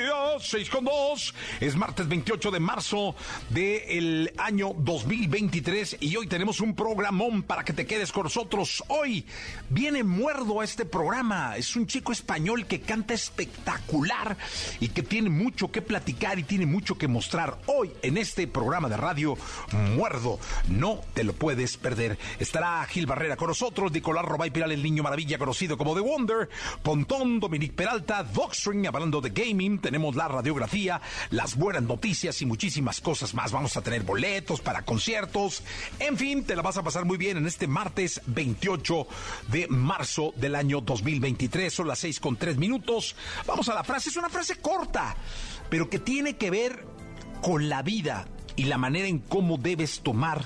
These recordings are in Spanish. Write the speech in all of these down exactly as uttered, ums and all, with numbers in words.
días, seis con dos. Es martes veintiocho de marzo del año dos mil veintitrés y hoy tenemos un programón para que te quedes con nosotros. Hoy viene Muerdo a este programa. Es un chico español que canta espectacular y que tiene mucho que platicar y tiene mucho que mostrar hoy en este programa de radio Muerdo. No te lo puedes perder. Estará Gil Barrera con nosotros, Nicolás Robay Piral, el niño maravilla conocido como The Wonder, Pontón, Dominic Peralta, Docstring, hablando de gaming, tenemos la radiografía, las buenas noticias y muchísimas cosas más. Vamos a tener boletos para conciertos, en fin, te la vas a pasar muy bien en este martes veintiocho de marzo del año dos mil veintitrés, son las seis con tres minutos. Vamos a la frase, es una frase corta, pero que tiene que ver con la vida y la manera en cómo debes tomar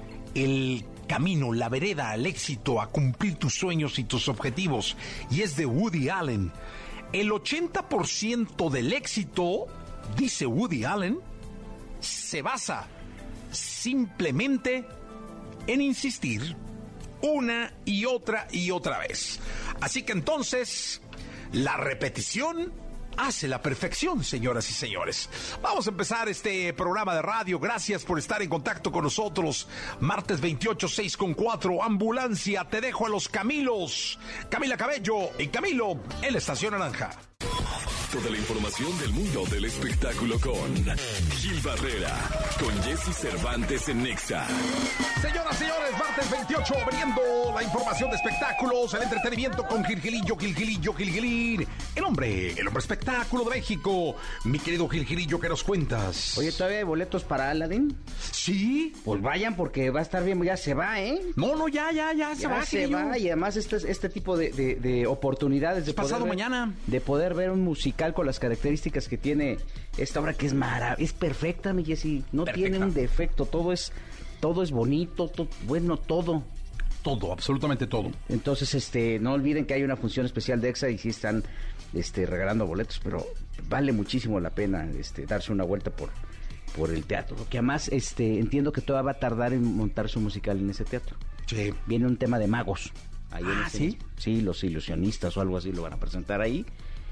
el camino, la vereda al éxito, a cumplir tus sueños y tus objetivos, y es de Woody Allen. El ochenta por ciento del éxito, dice Woody Allen, se basa simplemente en insistir una y otra y otra vez. Así que entonces, la repetición hace la perfección, señoras y señores. Vamos a empezar este programa de radio. Gracias por estar en contacto con nosotros. Martes veintiocho, seis con cuatro. Ambulancia, te dejo a los Camilos. Camila Cabello y Camilo en la Estación Naranja. Toda la información del mundo del espectáculo con Gil Barrera, con Jesse Cervantes en Nexa. Señoras y señores, martes veintiocho, abriendo la información de espectáculos, el entretenimiento con Gilgilillo, Gilgilillo, Gilgilín. El hombre, el hombre espectáculo de México. Mi querido Gilgilillo, ¿qué nos cuentas? Oye, ¿todavía hay boletos para Aladdin? ¿Sí? Pues vayan porque va a estar bien, ya se va, ¿eh? No, no, ya, ya, ya, se ya va, se Gilillo. va, y además este, este tipo de, de, de oportunidades de pasado poder ver, mañana. De poder ver un musical con las características que tiene esta obra, que es maravillosa, es perfecta, mi Jessy, no Perfecta. Tiene un defecto, todo es todo es bonito, todo, bueno, todo. Todo, absolutamente todo. Entonces, este, no olviden que hay una función especial de Exa y sí están este regalando boletos, pero vale muchísimo la pena este darse una vuelta por por el teatro, que además este entiendo que todavía va a tardar en montar su musical en ese teatro. Sí. Viene un tema de magos. Ahí en Ah, ese, ¿sí? Sí, los ilusionistas o algo así lo van a presentar ahí.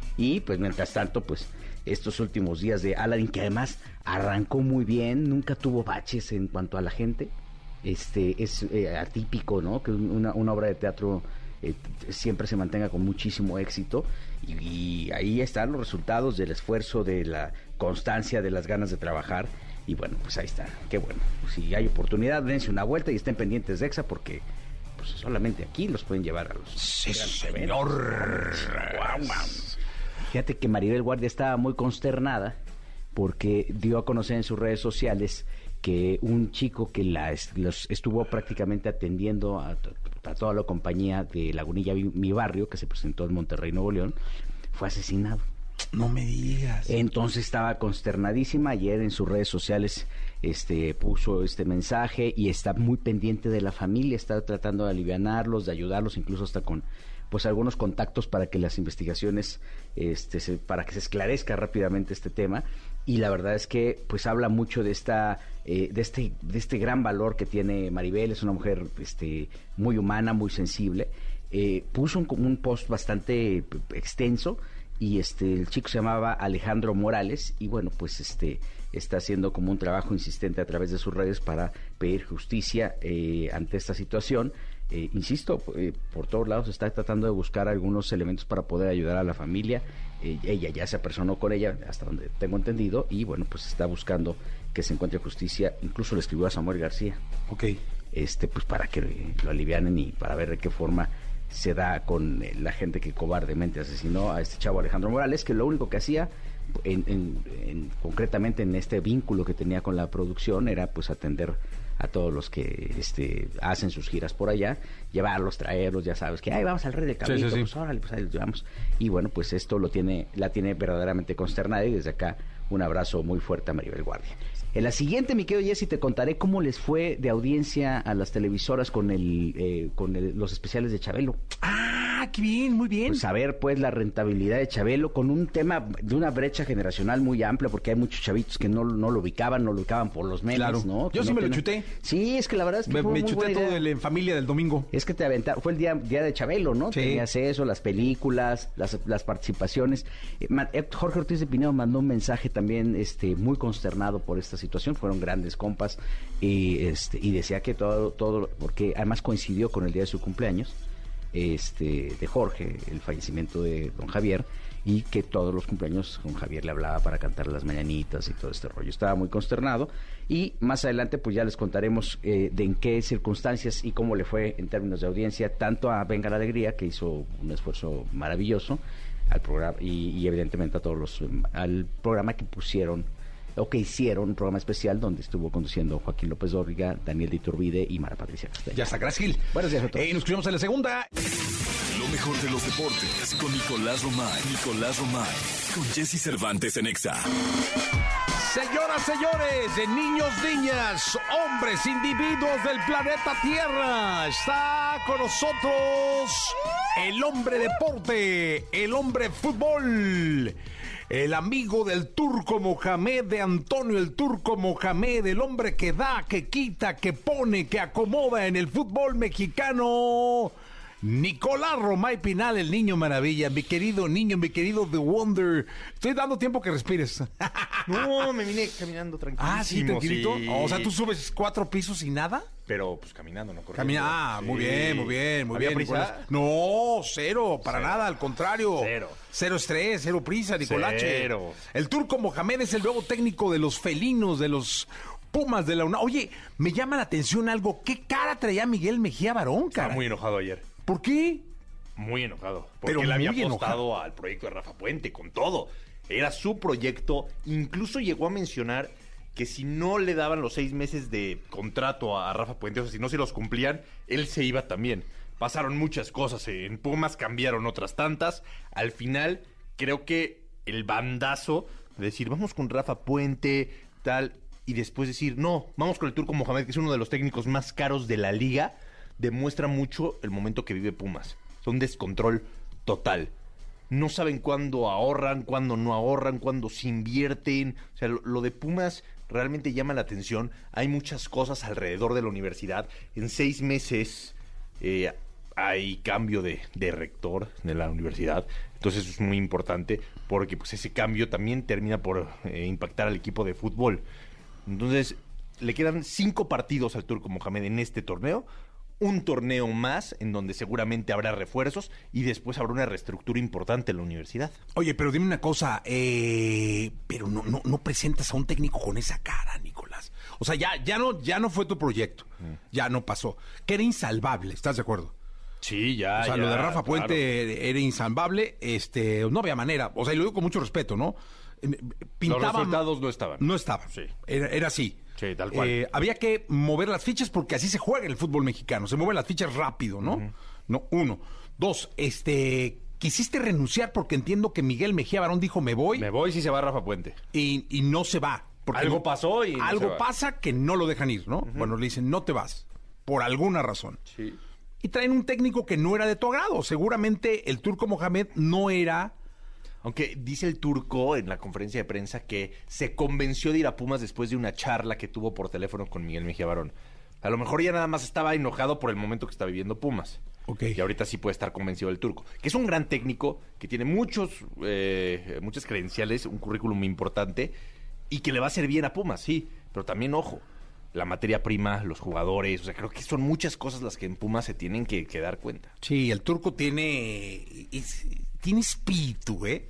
Y pues mientras tanto, pues estos últimos días de Aladdin, que además arrancó muy bien, nunca tuvo baches en cuanto a la gente. Este es eh, atípico, ¿no? Que una, una obra de teatro eh, siempre se mantenga con muchísimo éxito. Y, y ahí están los resultados del esfuerzo, de la constancia, de las ganas de trabajar. Y bueno, pues ahí está. Qué bueno. Si hay oportunidad, dense una vuelta y estén pendientes de Exa porque pues solamente aquí los pueden llevar a los Sí, grandes señor. eventos. Guau, guau. Fíjate que Maribel Guardia estaba muy consternada porque dio a conocer en sus redes sociales que un chico que la est- los estuvo prácticamente atendiendo a, a toda la compañía de Lagunilla Mi Barrio, que se presentó en Monterrey, Nuevo León, fue asesinado. No me digas. Entonces estaba consternadísima. Ayer en sus redes sociales este puso este mensaje y está muy pendiente de la familia, está tratando de alivianarlos, de ayudarlos, incluso hasta con pues algunos contactos para que las investigaciones este se, para que se esclarezca rápidamente este tema. Y la verdad es que pues habla mucho de esta eh, de este de este gran valor que tiene Maribel. Es una mujer este muy humana, muy sensible. Eh, puso un, un post bastante extenso y este el chico se llamaba Alejandro Morales y bueno, pues este está haciendo como un trabajo insistente a través de sus redes para pedir justicia eh, ante esta situación. Eh, insisto, eh, por todos lados está tratando de buscar algunos elementos para poder ayudar a la familia. Eh, ella ya se apersonó con ella, hasta donde tengo entendido, y bueno, pues está buscando que se encuentre justicia. Incluso le escribió a Samuel García. Ok. este pues para que lo alivianen y para ver de qué forma se da con la gente que cobardemente asesinó a este chavo Alejandro Morales, que lo único que hacía en, en, en, concretamente en este vínculo que tenía con la producción era pues atender a todos los que este hacen sus giras por allá, llevarlos, traerlos, ya sabes, que ahí vamos al Rey del Cabrito, sí, sí, sí. pues órale, pues ahí los llevamos. Y bueno, pues esto lo tiene, la tiene verdaderamente consternada, y desde acá un abrazo muy fuerte a Maribel Guardia. En la siguiente, mi querido Jessy, te contaré cómo les fue de audiencia a las televisoras con el eh, con el, los especiales de Chabelo. Ah, qué bien, muy bien. Pues a ver, pues, la rentabilidad de Chabelo con un tema de una brecha generacional muy amplia, porque hay muchos chavitos que no, no lo ubicaban, no lo ubicaban por los memes, claro. ¿no? Yo que sí no me tienen... lo chuté. Sí, es que la verdad es que me, fue me muy chuté todo el, en familia del domingo. Es que te aventaron, fue el día, día de Chabelo, ¿no? Sí. Tenías eso, las películas, las, las participaciones. Eh, Jorge Ortiz de Pinedo mandó un mensaje también este, muy consternado por esta situación, fueron grandes compas, y, este, y decía que todo, todo, porque además coincidió con el día de su cumpleaños, este de Jorge, el fallecimiento de don Javier, y que todos los cumpleaños don Javier le hablaba para cantar las mañanitas y todo este rollo. Estaba muy consternado, y más adelante pues ya les contaremos eh, de en qué circunstancias y cómo le fue en términos de audiencia, tanto a Venga la Alegría, que hizo un esfuerzo maravilloso, al programa, y, y evidentemente a todos los, al programa que pusieron o que hicieron un programa especial donde estuvo conduciendo Joaquín López Dóriga, Daniel de Iturbide y Mara Patricia Castellano. Ya está, gracias, Gil. Buenos días a todos. Eh, nos escuchamos en la segunda. Lo mejor de los deportes con Nicolás Romay. Nicolás Romay. Con Jessy Cervantes en Exa. Señoras, señores, de niños, niñas, hombres, individuos del planeta Tierra, está con nosotros el hombre deporte, el hombre fútbol, el amigo del Turco Mohamed, de Antonio el Turco Mohamed, el hombre que da, que quita, que pone, que acomoda en el fútbol mexicano, Nicolás Romay Pinal, el niño maravilla, mi querido niño, mi querido The Wonder. Estoy dando tiempo que respires. No, me vine caminando tranquilo. Ah, sí, tranquilito. Sí. O sea, ¿tú subes cuatro pisos y nada? Pero, pues, caminando, no corriendo. Camina, ah, sí. muy bien, muy bien, muy bien. Prisa? No, cero, para cero. Nada, al contrario. Cero. Cero estrés, cero prisa, Nicolache. Cero. El Turco Mohamed es el nuevo técnico de los felinos, de los Pumas de la UNAM. Oye, me llama la atención algo. ¿Qué cara traía Miguel Mejía Barón, cara? Estaba muy enojado ayer. ¿Por qué? Muy enojado. Porque Pero él había apostado enojado. al proyecto de Rafa Puente, con todo. Era su proyecto. Incluso llegó a mencionar que si no le daban los seis meses de contrato a Rafa Puente, o sea, si no se los cumplían, él se iba también. Pasaron muchas cosas. En Pumas cambiaron otras tantas. Al final, creo que el bandazo de decir, vamos con Rafa Puente, tal, y después decir, no, vamos con el Turco Mohamed, que es uno de los técnicos más caros de la liga, demuestra mucho el momento que vive Pumas. Es un descontrol total. No saben cuándo ahorran, cuándo no ahorran, cuándo se invierten. O sea, lo, lo de Pumas realmente llama la atención. Hay muchas cosas alrededor de la universidad. En seis meses eh, hay cambio de, de rector de la universidad. Entonces eso es muy importante porque pues ese cambio también termina por eh, impactar al equipo de fútbol. Entonces le quedan cinco partidos al Turco Mohamed en este torneo. Un torneo más en donde seguramente habrá refuerzos y después habrá una reestructura importante en la universidad. Oye, pero dime una cosa, eh, pero no, no, no presentas a un técnico con esa cara, Nicolás. O sea, ya, ya no, ya no fue tu proyecto, mm. ya no pasó. Que era insalvable, ¿estás de acuerdo? Sí, ya. O sea, ya, lo de Rafa Puente claro. era insalvable, este, no había manera. O sea, y lo digo con mucho respeto, ¿no? Pintaba, los resultados no estaban. No estaban. Sí. Era, era así. Sí, tal cual. Eh, había que mover las fichas porque así se juega el fútbol mexicano. Se mueven las fichas rápido, ¿no? Uh-huh. No, uno. Dos, este, quisiste renunciar porque entiendo que Miguel Mejía Barón dijo, me voy. Me voy si se va Rafa Puente. Y, y no se va. Porque algo pasó y no Algo se va. pasa que no lo dejan ir, ¿no? Uh-huh. Bueno, le dicen, no te vas. Por alguna razón. Sí. Y traen un técnico que no era de tu agrado. Seguramente el Turco Mohamed no era... Aunque dice el Turco en la conferencia de prensa que se convenció de ir a Pumas después de una charla que tuvo por teléfono con Miguel Mejía Barón. A lo mejor ya nada más estaba enojado por el momento que está viviendo Pumas. Okay. Y ahorita sí puede estar convencido del Turco. Que es un gran técnico, que tiene muchos, eh, muchas credenciales, un currículum muy importante y que le va a hacer bien a Pumas, sí. Pero también, ojo, la materia prima, los jugadores, o sea, creo que son muchas cosas las que en Pumas se tienen que, que dar cuenta. Sí, el Turco tiene... Es, tiene espíritu, ¿eh?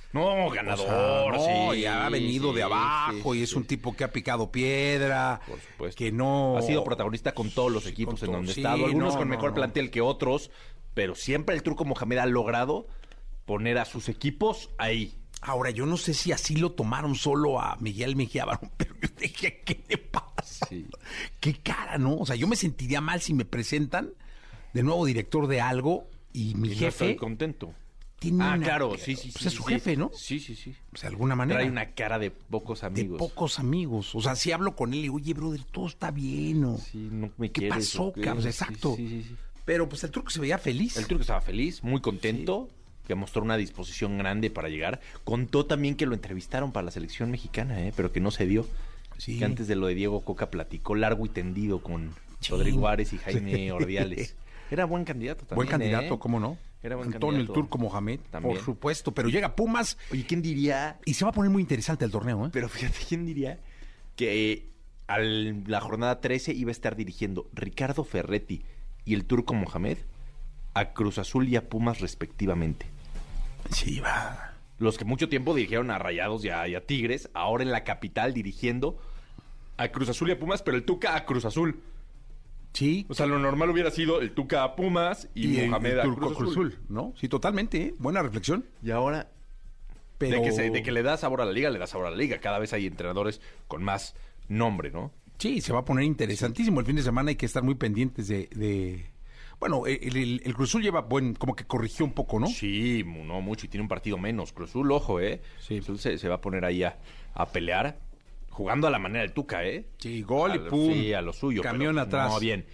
No, ganador, O sea, no, sí. y ha venido sí, de abajo sí, y es sí. un tipo que ha picado piedra. Por supuesto. Que no... Ha sido protagonista con todos los equipos con en todo- donde ha sí, estado. Algunos no, con no, mejor no. plantel que otros. Pero siempre el Turco Mohamed ha logrado poner a sus equipos ahí. Ahora, yo no sé si así lo tomaron solo a Miguel Mejía Barón, pero yo dije, ¿qué le pasa? Sí. Qué cara, ¿no? O sea, yo me sentiría mal si me presentan de nuevo director de algo y mi Y no jefe estoy contento. tiene Ah, una- claro, sí, sí, pues sí. es su sí. jefe, ¿no? Sí, sí, sí. O sea, de alguna manera. Trae una cara de pocos de amigos. pocos amigos. O sea, si hablo con él y digo, oye, brother, todo está bien, ¿o? Sí, no me ¿Qué quieres. pasó, ¿o qué? cabrón? Sí, Exacto. Sí, sí, sí. Pero pues el turco se veía feliz. El Turco estaba feliz, muy contento, que mostró una disposición grande para llegar. Contó también que lo entrevistaron para la selección mexicana, ¿eh? Pero que no se dio. Sí. Que antes de lo de Diego Coca platicó largo y tendido con Sí. Rodrigo Árez y Jaime Sí. Ordiales. Era buen candidato también. Buen candidato, ¿eh? ¿cómo no? Era buen Antonio el candidato. Turco Mohamed, También. por supuesto. Pero llega Pumas Oye, ¿quién diría? y se va a poner muy interesante el torneo, ¿eh? Pero fíjate, ¿quién diría que eh, a la jornada trece iba a estar dirigiendo Ricardo Ferretti y el Turco Mohamed a Cruz Azul y a Pumas respectivamente? Sí, va. Los que mucho tiempo dirigieron a Rayados y a, y a Tigres, ahora en la capital dirigiendo a Cruz Azul y a Pumas, pero el Tuca a Cruz Azul. Sí. O sea, lo normal hubiera sido el Tuca a Pumas y, el- Mohamed el a Turco Cruz, a Cruz Azul. Azul, ¿no? Sí, totalmente, ¿eh? Buena reflexión. Y ahora, Pero... de, que se- de que le da sabor a la liga, le da sabor a la liga. Cada vez hay entrenadores con más nombre, ¿no? Sí, se va a poner interesantísimo. El fin de semana hay que estar muy pendientes de... de- Bueno, el, el- el Cruz Azul lleva buen... Como que corrigió un poco, ¿no? Sí, mu- no mucho, y tiene un partido menos. Cruz Azul, ojo, ¿eh? Sí. Cruz Azul se, se va a poner ahí a, a pelear, jugando a la manera del Tuca, ¿eh? Sí, gol y A lo- pum. Sí, a lo suyo. Camión pero, atrás. No, bien.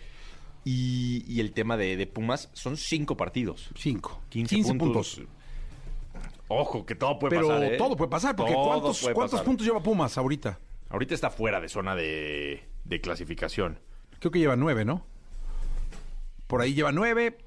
Y, y el tema de, de Pumas, son cinco partidos. Cinco. quince, quince puntos. puntos. Ojo, que todo puede Pero pasar, ¿eh? todo puede pasar, porque Todo ¿cuántos, puede ¿cuántos pasar. puntos lleva Pumas ahorita? Ahorita está fuera de zona de, de clasificación. Creo que lleva nueve, ¿no? Por ahí lleva nueve.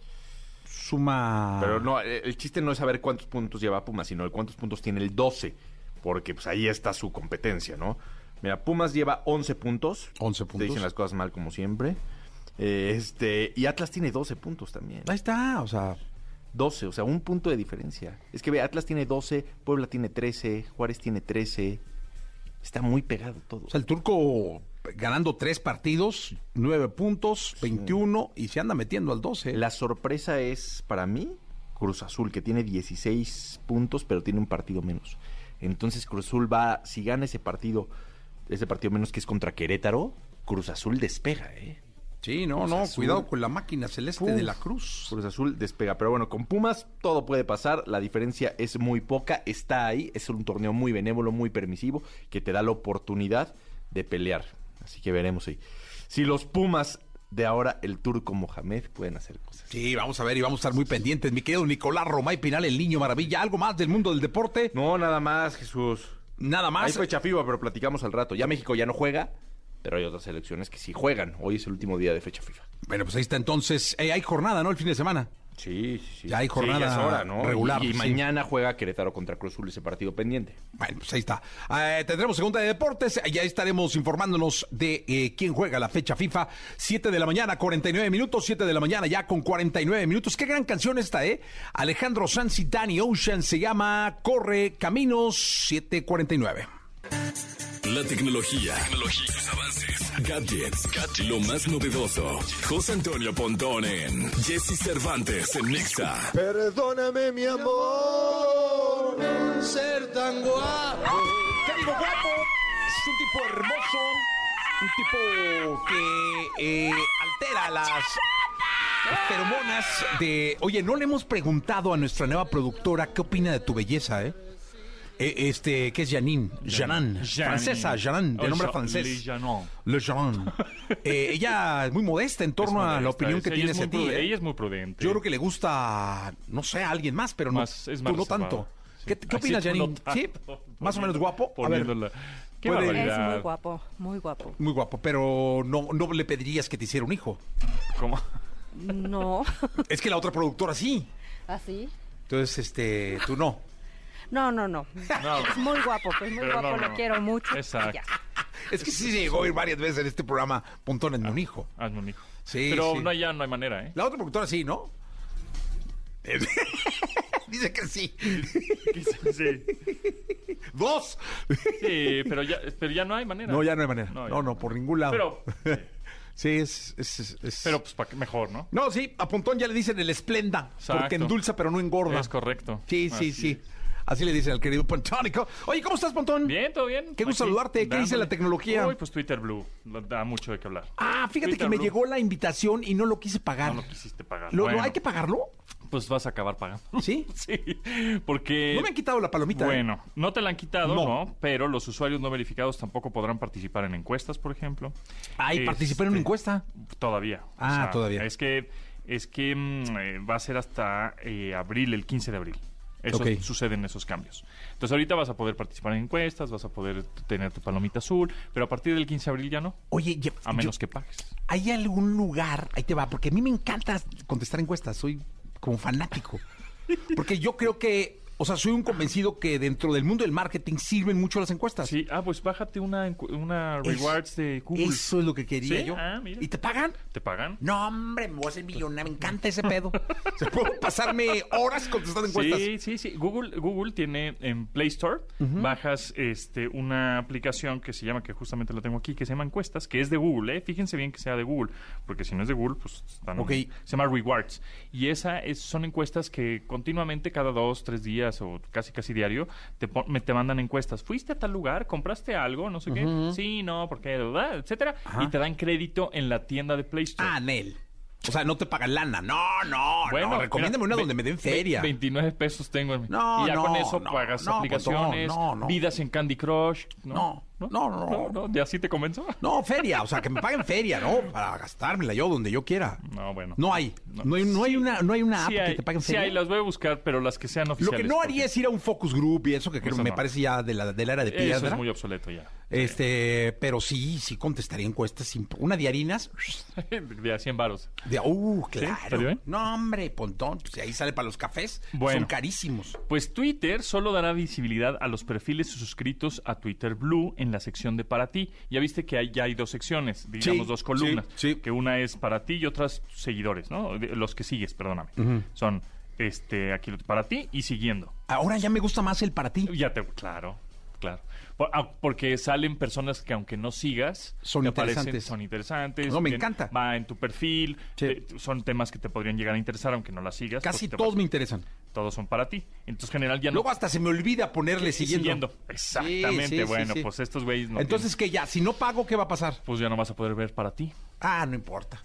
Suma... Pero no, eh, el chiste no es saber cuántos puntos lleva Pumas, sino el cuántos puntos tiene el doce. Porque pues ahí está su competencia, ¿no? Mira, Pumas lleva once puntos. once Te puntos. dicen las cosas mal como siempre. Eh, este y Atlas tiene doce puntos también. Ahí está, o sea... doce, o sea, un punto de diferencia. Es que ve, Atlas tiene doce, Puebla tiene trece, Juárez tiene trece. Está muy pegado todo. O sea, el turco ganando tres partidos, nueve puntos, veintiuno, y se anda metiendo al doce. La sorpresa es, para mí, Cruz Azul, que tiene dieciséis puntos, pero tiene un partido menos. Entonces Cruz Azul va, si gana ese partido, ese partido menos que es contra Querétaro, Cruz Azul despega, ¿eh? Sí, no, Cruz no, Azul. cuidado con la máquina celeste Uf, de la Cruz. Cruz Azul despega. Pero bueno, con Pumas todo puede pasar. La diferencia es muy poca. Está ahí. Es un torneo muy benévolo, muy permisivo, que te da la oportunidad de pelear. Así que veremos ahí. Si los Pumas de ahora, el Turco Mohamed, pueden hacer cosas. Sí, vamos a ver y vamos a estar muy pendientes. Mi querido Nicolás Romay Pinal, el niño maravilla. ¿Algo más del mundo del deporte? No, nada más, Jesús. Nada Hay más. fecha FIFA, pero platicamos al rato. Ya México ya no juega, pero hay otras selecciones que sí juegan. Hoy es el último día de fecha FIFA. Bueno, pues ahí está entonces. Eh, hay jornada, ¿no? El fin de semana. Sí, sí, sí. Ya hay jornada Sí, ya es hora, ¿no? regular, Y, y sí. mañana juega Querétaro contra Cruz Azul, ese partido pendiente. Bueno, pues ahí está. Eh, tendremos segunda de deportes. Ya estaremos informándonos de eh, quién juega la fecha FIFA. siete de la mañana, cuarenta y nueve minutos. siete de la mañana, ya con cuarenta y nueve minutos. Qué gran canción esta, ¿eh? Alejandro Sanz y Danny Ocean. Se llama Corre Caminos. siete cuarenta y nueve. La tecnología, tecnología, sus avances, gadgets, gadgets, lo más novedoso. José Antonio Pontón en Jesse Cervantes en Nexa. Perdóname, mi amor, ser tan guapo. ¿Qué digo, guapo? Es un tipo hermoso. Un tipo que eh, altera las feromonas de... Oye, no le hemos preguntado a nuestra nueva productora qué opina de tu belleza, ¿eh? Eh, Este, ¿qué es Janine? Janan. Francesa, Janan, de Oh, nombre Ja- francés. Le Janon. Le Janan. Eh, ella es muy modesta en torno a la modesta, opinión es- que ella tienes es muy en ti. prude- ¿eh? Ella es muy prudente. Yo creo que le gusta, no sé, a alguien más, pero no, Más- es tú más no reservada. tanto. Sí. ¿Qué, qué Así opinas, tú no Janine? ¿Sí? tanto. ¿Más o menos guapo? A ver, Poniéndola- Qué puede- barbaridad. Es muy guapo, muy guapo. muy guapo, pero no, no le pedirías que te hiciera un hijo. ¿Cómo? No. Es que la otra productora sí. ¿Así? Entonces, este, tú no. No, no, no. No. Es muy guapo, pues muy Pero guapo, no, lo no. quiero mucho. Exacto. Ya. Es que sí se llegó a ir varias veces en este programa, Pontón en un hijo. Hazme un hijo. Sí, Pero sí. no hay, ya no hay manera, ¿eh? La otra productora sí, ¿no? Dice que sí. Sí. Dos. Sí, pero ya, pero ya no hay manera. No, ya no hay manera. No, No, ya no, no. por ningún lado. Pero, sí. Sí, es... es, es- es- pero pues para que mejor, ¿no? No, sí, a Pontón ya le dicen el esplenda. Exacto. Porque endulza, pero no engorda. Es correcto. Sí, sí, Así sí. es. Así le dicen al querido Pontónico. Oye, ¿cómo estás, Pontón? Bien, todo bien. Qué gusto Aquí, saludarte. ¿Qué dice dándole. la tecnología? Uy, pues Twitter Blue. Da mucho de qué hablar. Ah, fíjate Twitter que me Blue. llegó la invitación y no lo quise pagar. No lo quisiste pagar. ¿Lo- lo- Bueno, ¿Hay que pagarlo? Pues vas a acabar pagando. ¿Sí? Sí, porque... No me han quitado la palomita. ¿eh? Bueno, no te la han quitado, No. no. Pero los usuarios no verificados tampoco podrán participar en encuestas, por ejemplo. Ay, participé en una Este, encuesta. Todavía. Ah, todavía. Es que, es que mm, eh, va a ser hasta eh, abril, el quince de abril. Eso Ok. suceden esos cambios. Entonces ahorita vas a poder participar en encuestas, vas a poder tener tu palomita azul, pero a partir del quince de abril ya no, Oye, ya- a menos yo- que pagues. ¿hay algún lugar? Ahí te va, porque a mí me encanta contestar encuestas. Soy como fanático. Porque yo creo que, o sea, soy un convencido que dentro del mundo del marketing sirven mucho las encuestas. Sí, ah, pues bájate una, encu- una Es- rewards de Google. Eso es lo que quería ¿Sí? yo. Ah, mira. ¿Y te pagan? ¿Te pagan? No, hombre, me voy a hacer millonario. Me encanta ese pedo. Se puedo pasarme horas contestando encuestas. Sí, sí, sí. Google, Google tiene en Play Store, bajas este, una aplicación que se llama, que justamente la tengo aquí, que se llama Encuestas, que es de Google, ¿eh? Fíjense bien que sea de Google, porque si no es de Google, pues están... Ok. Se llama Rewards. Y esa es, son encuestas que continuamente, cada dos, tres días o casi casi diario, te, pon- me- te mandan encuestas. ¿Fuiste a tal lugar? ¿Compraste algo? No sé qué. Sí, no, porque, ¿verdad? Etcétera. Ajá. Y te dan crédito en la tienda de Play Store. Ah, Nel. O sea, no te pagan lana. No, no, Bueno, no. Recomiéndame mira, una ve- donde me den ve- feria. veintinueve pesos tengo en mi... No, y ya no, con eso no, pagas no, aplicaciones, no, no. vidas en Candy Crush. No, no, no, no. ¿De así te convenzo? No, feria. O sea, que me paguen feria, ¿no? Para gastármela yo donde yo quiera. No, bueno. No hay. No, hay, no hay una, no hay una app Sí hay, que te paguen sí feria. hay, las voy a buscar, pero las que sean Lo oficiales. que no haría porque es ir a un focus group y eso que creo, Eso me no. parece ya de la, de la era de piedra. Eso es muy obsoleto ya. Este, pero sí, sí contestaría encuestas sin una de harinas. De a cien varos. De, uh, claro. ¿Estaría bien? No, hombre, Pontón, pues ahí sale para los cafés. Bueno. Son carísimos. Pues Twitter solo dará visibilidad a los perfiles suscritos a Twitter Blue en la sección de para ti. Ya viste que hay, ya hay dos secciones, digamos Sí, dos columnas. sí, sí. Que una es para ti y otras seguidores, ¿no? De- Los que sigues, perdóname. Son este aquí para ti y siguiendo. Ahora ya me gusta más el para ti. Ya te, claro, claro. Por- ah, porque salen personas que aunque no sigas, Son te aparecen, interesantes. son interesantes. No, me bien, encanta. Va en tu perfil, Sí. te- son temas que te podrían llegar a interesar aunque no las sigas. Casi porque te todos vas- me interesan. Todos son para ti. Entonces, general, ya no... Luego hasta se me olvida ponerle Sí, siguiendo. Exactamente. Sí, sí, sí, bueno, sí. pues estos güeyes no Entonces, que ya, si no pago, ¿qué va a pasar? tienen- pues ya no vas a poder ver para ti. Ah, no importa.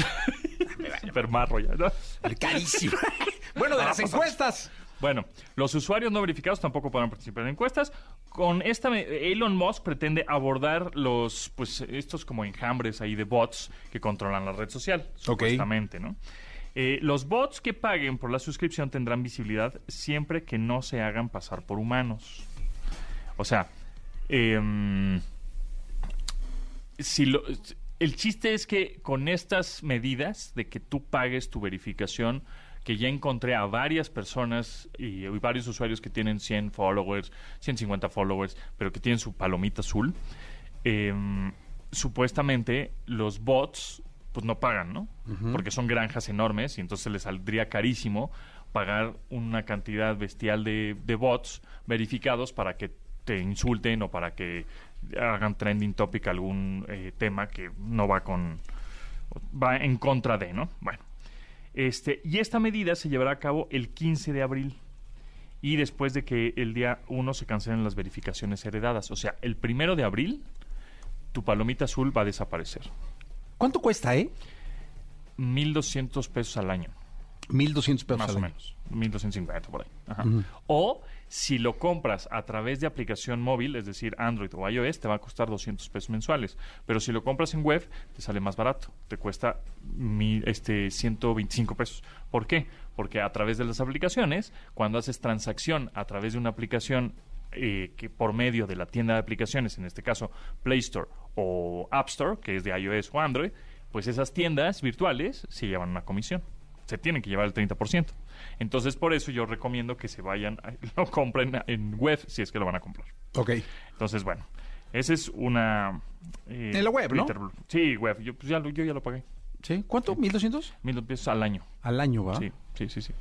Super marro ya, ¿no? Carísimo. Bueno, de las encuestas. Bueno, los usuarios no verificados tampoco podrán participar en encuestas. Con esta, me- Elon Musk pretende abordar los, pues, estos como enjambres ahí de bots que controlan la red social, supuestamente, ¿no? Eh, los bots que paguen por la suscripción tendrán visibilidad siempre que no se hagan pasar por humanos. O sea, em, si lo, el chiste es que con estas medidas de que tú pagues tu verificación, que ya encontré a varias personas y, y varios usuarios que tienen cien followers, ciento cincuenta followers, pero que tienen su palomita azul, em, supuestamente los bots pues no pagan, ¿no? Porque son granjas enormes y entonces les saldría carísimo pagar una cantidad bestial de, de bots verificados para que te insulten o para que hagan trending topic algún eh, tema que no va con va en contra de, ¿no? Bueno, este y esta medida se llevará a cabo el quince de abril y después de que el día uno se cancelen las verificaciones heredadas, o sea, el primero de abril tu palomita azul va a desaparecer. ¿Cuánto cuesta, eh? mil doscientos pesos al año. mil doscientos pesos Más al o año. menos, mil doscientos cincuenta por ahí. Ajá. O si lo compras a través de aplicación móvil, es decir, Android o iOS, te va a costar doscientos pesos mensuales. Pero si lo compras en web, te sale más barato. Te cuesta mil, este, ciento veinticinco pesos. ¿Por qué? Porque a través de las aplicaciones, cuando haces transacción a través de una aplicación eh, que por medio de la tienda de aplicaciones, en este caso Play Store o App Store, que es de iOS o Android, pues esas tiendas virtuales se llevan una comisión. Se tienen que llevar el treinta por ciento. Entonces, por eso yo recomiendo que se vayan, a- lo compren en web si es que lo van a comprar. Ok. Entonces, bueno, esa es una... eh, En la web, ¿no? Twitter Blue. Sí, web. Yo, pues ya, lo- yo ya lo pagué. ¿Sí? ¿Cuánto? ¿mil doscientos? Mil pesos al año. Al año, ¿va? Sí, sí, sí, sí.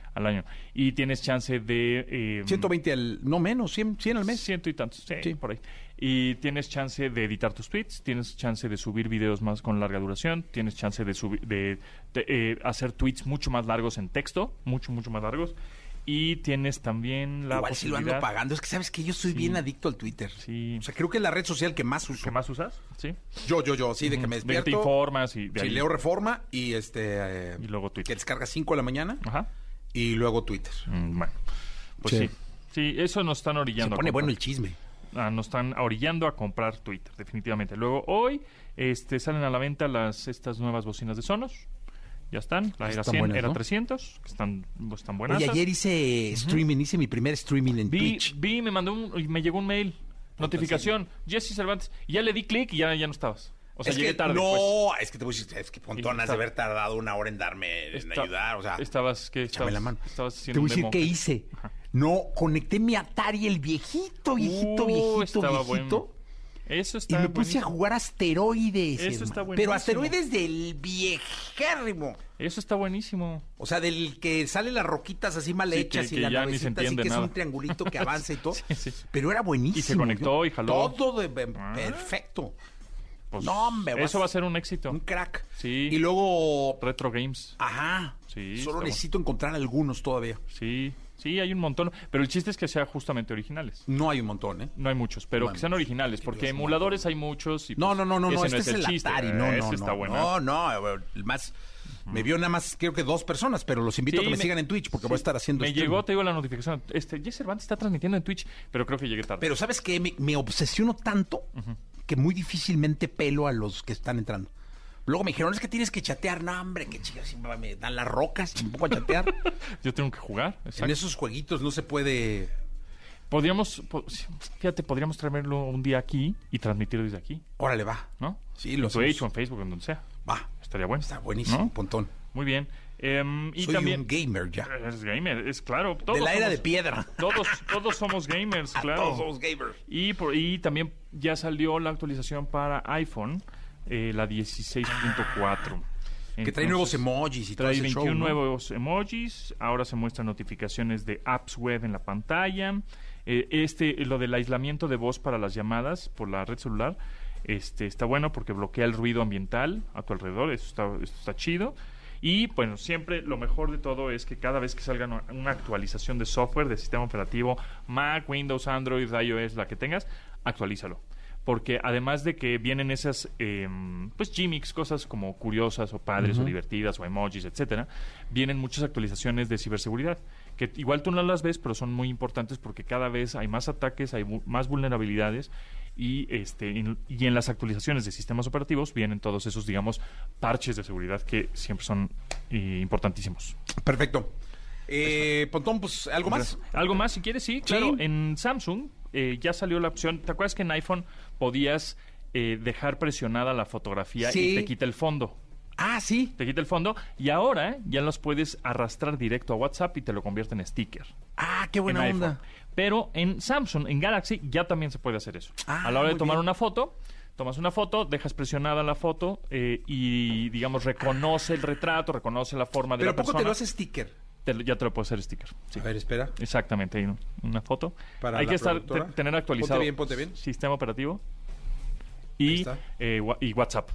al año. Y tienes chance de... Eh, ciento veinte al... No menos, cien, cien al mes. Ciento y tantos, sí, Sí. por ahí. Y tienes chance de editar tus tweets, tienes chance de subir videos más con larga duración, tienes chance de, subir, de, de, eh, hacer tweets mucho más largos en texto, mucho, mucho más largos. Y tienes también la Igual si lo posibilidad... ando pagando. Es que sabes que yo soy Sí. bien adicto al Twitter. Sí. O sea, creo que es la red social que más uso. ¿Qué más usas? Sí. Yo, yo, yo. Sí, de que me De que te despierto. informas y de Sí, ahí. leo Reforma y este... eh, Y luego Twitter. Que descarga cinco de la mañana Ajá. y luego Twitter. Mm, bueno, pues sí. Sí. sí. eso nos están Se orillando. a pone comprar. bueno el chisme. Ah, nos están orillando a comprar Twitter, definitivamente. Luego, hoy este, salen a la venta las estas nuevas bocinas de Sonos. Ya están. La era Están cien, buenas, era ¿no? trescientos, que están, están buenas. Oye, ayer hice streaming, hice mi primer streaming en vi, Twitch. vi, me mandó un, y me llegó un mail, notificación, Jesse Cervantes, y ya le di clic y ya, ya no estabas. O sea, es llegué que, tarde. no, pues. es que te voy a decir, es que Y Pontón has está- de haber tardado una hora en darme, en Esta- ayudar, o sea, estabas, ¿qué? échame Estabas, la mano. estabas Te haciendo voy a un decir demo. qué hice. No, conecté mi Atari, el viejito, viejito, Uh, viejito, estaba viejito. bueno. Eso Y está me puse a buenísimo. jugar asteroides. Eso hermano. está Pero buenísimo. asteroides del viejérrimo. Eso está buenísimo. O sea, del que salen las roquitas así mal Sí, que- hechas que y la ya ni se navecita así entiende que es nada. un triangulito que avanza y todo. Sí, sí. Pero era buenísimo. Y se conectó yo- y jaló. Todo de, de- Ah. perfecto. Pues, No, hombre, vas- eso va a ser un éxito. Un crack. Sí. Y luego... Retro Games. Ajá. Sí, Solo está necesito encontrar algunos todavía. Sí, sí, hay un montón. Pero el chiste es que sean justamente originales. No hay un montón, ¿eh? No hay muchos, pero No hay que sean muchos. originales, Que porque digas un emuladores hay muchos. Y, No, pues, no, no, no, no, ese este es el chiste. Atari, no, Ese no, está no, bueno. no, no, el más, me vio nada más, creo que dos personas, pero los invito Sí, a que me, me- sigan en Twitch porque Sí, voy a estar haciendo Me stream. llegó, te digo, la notificación. Este, Jess Cervantes está transmitiendo en Twitch, pero creo que llegué tarde. Pero ¿sabes qué? Me, me obsesiono tanto que muy difícilmente pelo a los que están entrando. Luego me dijeron, es que tienes que chatear. No, hombre, que chicos, me dan las rocas y me pongo a chatear. Yo tengo que jugar. En Exacto. esos jueguitos no se puede... Podríamos, po- fíjate, podríamos traerlo un día aquí y transmitir desde aquí, Órale, va. ¿no? Sí, En lo Twitch hacemos. o en Facebook, en donde sea. Va. Estaría bueno. Está buenísimo, ¿no? Pontón. Muy bien. Em, y Soy también un gamer ya. es gamer, es claro. Todos De la era somos- de piedra. Todos, todos somos gamers, claro. Todos somos gamers. Y, por, y también ya salió la actualización para iPhone, eh, la dieciséis punto cuatro. Que trae nuevos emojis y todo Trae ese veintiún show, ¿no? nuevos emojis. Ahora se muestran notificaciones de apps web en la pantalla. Eh, este, lo del aislamiento de voz para las llamadas por la red celular, este, está bueno porque bloquea el ruido ambiental a tu alrededor. Eso está, esto está chido. Y bueno, siempre lo mejor de todo es que cada vez que salga una, una actualización de software, de sistema operativo, Mac, Windows, Android, iOS, la que tengas, actualízalo. Porque además de que vienen esas, eh, pues, gimmicks, cosas como curiosas o padres o divertidas o emojis, etcétera, vienen muchas actualizaciones de ciberseguridad, que igual tú no las ves, pero son muy importantes porque cada vez hay más ataques, hay bu- más vulnerabilidades y este en- y en las actualizaciones de sistemas operativos vienen todos esos, digamos, parches de seguridad que siempre son eh, importantísimos. Perfecto. Eh, Pontón, pues, ¿algo más? ¿Algo más si quieres? Sí, claro. En Samsung eh, ya salió la opción. ¿Te acuerdas que en iPhone podías eh, dejar presionada la fotografía Sí. y te quita el fondo? Ah, sí. Te quita el fondo y ahora ya los puedes arrastrar directo a WhatsApp y te lo convierte en sticker. Ah, qué buena en iPhone. onda. Pero en Samsung, en Galaxy, ya también se puede hacer eso. Ah, a la hora de muy tomar bien. una foto, tomas una foto, dejas presionada la foto eh, y, digamos, reconoce el retrato, reconoce la forma de Pero la ¿a poco persona. te lo hace sticker? Te lo- ya te lo puede hacer sticker. Sí. A ver, espera. Exactamente, hay un- una foto. Para Hay la que estar, productora. te- tener actualizado Ponte bien, ponte bien. sistema operativo Ahí y, está. eh, wa- y WhatsApp.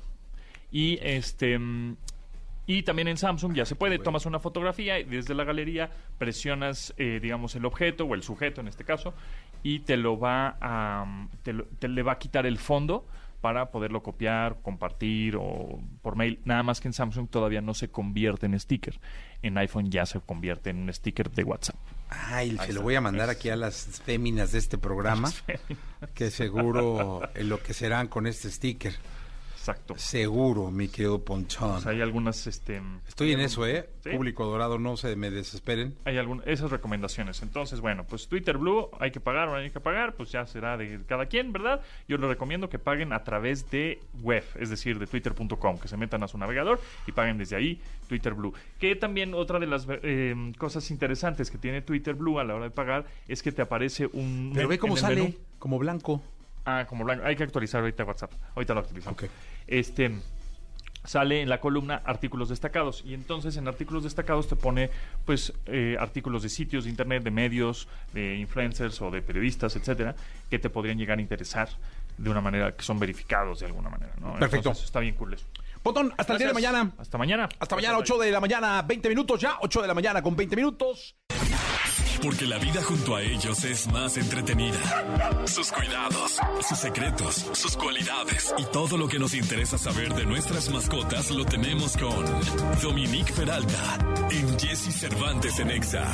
Y este mm, y también en Samsung ya se puede, tomas una fotografía y desde la galería presionas, eh, digamos, el objeto o el sujeto en este caso y te lo va a mm, te, lo- te le va a quitar el fondo para poderlo copiar, compartir o por mail. Nada más que en Samsung todavía no se convierte en sticker. En iPhone ya se convierte en un sticker de WhatsApp. Ay, se lo voy a mandar aquí a las féminas de este programa, que seguro enloquecerán con este sticker. Exacto. Seguro, mi querido Ponchón. Pues hay algunas, este... Estoy en eso, ¿eh? Sí. Público dorado, no se me desesperen. Hay algunas, esas recomendaciones. Entonces, bueno, pues Twitter Blue, hay que pagar o no hay que pagar, pues ya será de cada quien, ¿verdad? Yo les recomiendo que paguen a través de web, es decir, de twitter punto com, que se metan a su navegador y paguen desde ahí Twitter Blue. Que también otra de las eh, cosas interesantes que tiene Twitter Blue a la hora de pagar es que te aparece un... Pero ve en cómo el sale, menú. como blanco. Ah, como blanco. Hay que actualizar ahorita WhatsApp. Ahorita lo actualizamos. Ok. Este, sale en la columna artículos destacados, y entonces en artículos destacados te pone pues eh, artículos de sitios de internet, de medios, de influencers o de periodistas, etcétera, que te podrían llegar a interesar de una manera que son verificados de alguna manera, ¿no? Perfecto. Entonces, está bien cool eso. Botón, hasta el día de Gracias. mañana. Hasta mañana. Hasta mañana, ocho de la mañana, veinte minutos ya. ocho de la mañana con veinte minutos. Porque la vida junto a ellos es más entretenida. Sus cuidados, sus secretos, sus cualidades y todo lo que nos interesa saber de nuestras mascotas lo tenemos con Dominique Peralta en Jessy Cervantes en Exa.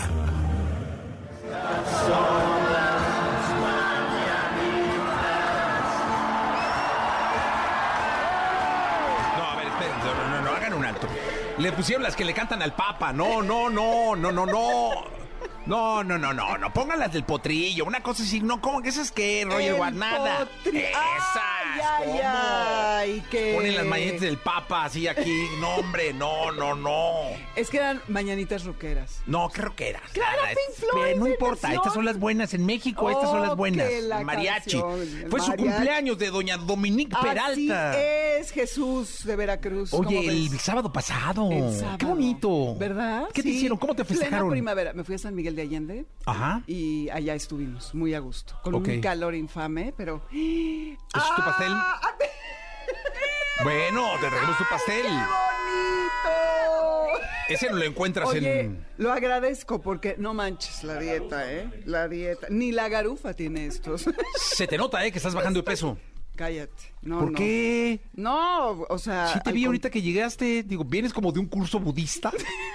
No, a ver, esperen, no, no, no, hagan un alto. Le pusieron las que le cantan al Papa. No, no, no, no, no, no. No, no, no, no, no, pongan las del potrillo, una cosa así, no, ¿cómo que esas qué, Roger Guarnada? potri- Esas, Ay, ay, ¿cómo? ay, que- Ponen las mañanitas del Papa así aquí, no, hombre, no, no, no. Es que eran mañanitas rockeras. No, creo que eras. Claro, Nada, Pink es- Floyd, No de importa, versión. estas son las buenas en México, estas son las Oh, buenas. que la Mariachi. canción, el Fue su mariachi. cumpleaños de doña Dominique Así Peralta. es, Jesús de Veracruz. ¿cómo Oye, el ves? sábado pasado. El sábado. Qué bonito. ¿Verdad? ¿Qué te Sí. hicieron? ¿Cómo te Plena festejaron? primavera. Me fui a San Miguel de Allende. Ajá. Y allá estuvimos, muy a gusto. Con Ok. un calor infame, pero. ¿Eso es tu pastel? ¡Ah! Bueno, te regalamos tu pastel. ¡Qué bonito! Ese no lo encuentras Oye, en... lo agradezco porque no manches la dieta, ¿eh? La dieta. Ni la garufa tiene estos. Se te nota, ¿eh? Que estás bajando de peso. Cállate. No, ¿Por no. qué? No, o sea. Sí te al vi con- ahorita que llegaste. Digo, ¿vienes como de un curso budista?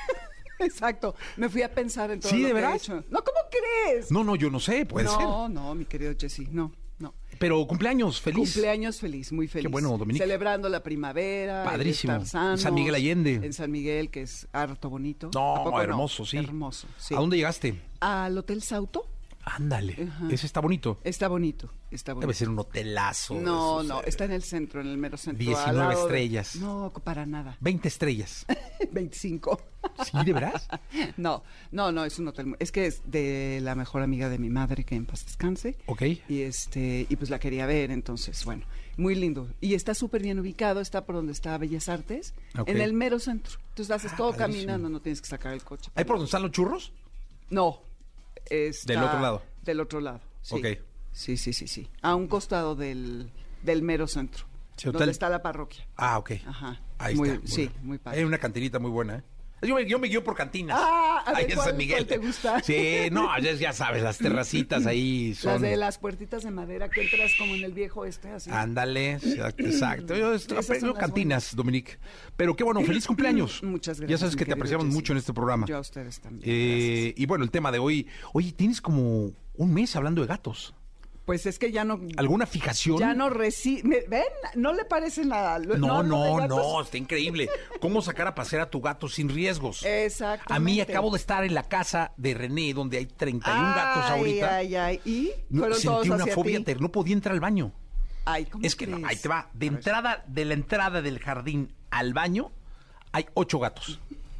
Exacto. Me fui a pensar en todo ¿Sí, lo de que veras? he hecho. No, ¿cómo crees? No, no, yo no sé, puede ser. no, no, mi querido Jessy, no, no. Pero cumpleaños, feliz. Cumpleaños feliz, muy feliz. Qué bueno, Dominique. Celebrando la primavera. el Padrísimo. estar sanos, En San Miguel Allende. En San Miguel, que es harto bonito. No, ¿A poco hermoso, sí. Hermoso, sí. ¿A dónde llegaste? Al Hotel Sauto. Ándale. Ajá. Ese está bonito. Está bonito, está bonito. Debe ser un hotelazo. No, Esos, no, eh, está en el centro, en el mero centro. al diecinueve lado de- estrellas. No, para nada. veinte estrellas. veinticinco. ¿Sí, de veras? No, no, no, es un hotel. muy- Es que es de la mejor amiga de mi madre, que en paz descanse. Ok. Y este, y pues la quería ver, entonces, bueno, muy lindo. Y está súper bien ubicado, está por donde está Bellas Artes, Ok. en el mero centro. Entonces haces Ah, todo padrísimo. caminando, no tienes que sacar el coche. ¿Ahí por donde están los churros? No. Está Del otro lado. Del otro lado, sí. Ok. Sí, sí, sí, sí. A un costado del, del mero centro. Sí, hotel- donde está la parroquia. Ah, ok. Ajá. Ahí Muy- está. sí, bien. muy padre. Hay una cantinita muy buena, ¿eh? Yo me, yo me guío por cantinas. Ah, a ver, ahí en ¿cuál- San Miguel. cuál te gusta? Sí, no, ya, ya sabes, las terracitas ahí son... Las de las puertitas de madera que entras como en el viejo este, así. Ándale, exacto. exacto. Yo, estoy- Esas son yo las cantinas, Dominique. Pero qué bueno, feliz cumpleaños. Muchas gracias, Ya sabes mi que te querido apreciamos Jessy. mucho en este programa. Yo a ustedes también. Eh, y bueno, el tema de hoy. Oye, tienes como un mes hablando de gatos. Pues es que ya no. ¿Alguna fijación? Ya no recibe. ¿Ven? ¿No le parece nada? No, lo de no, gatos- no, está increíble. ¿Cómo sacar a pasear a tu gato sin riesgos? Exactamente. A mí acabo de estar en la casa de René, donde hay treinta y uno gatos Ay, ahorita. Ay, ay, Y No, fueron todos sentí una hacia fobia ti. terrible, no podía entrar al baño. Ay, ¿cómo Es que no, crees? ahí te va. De A ver. entrada, de la entrada del jardín al baño, hay ocho gatos.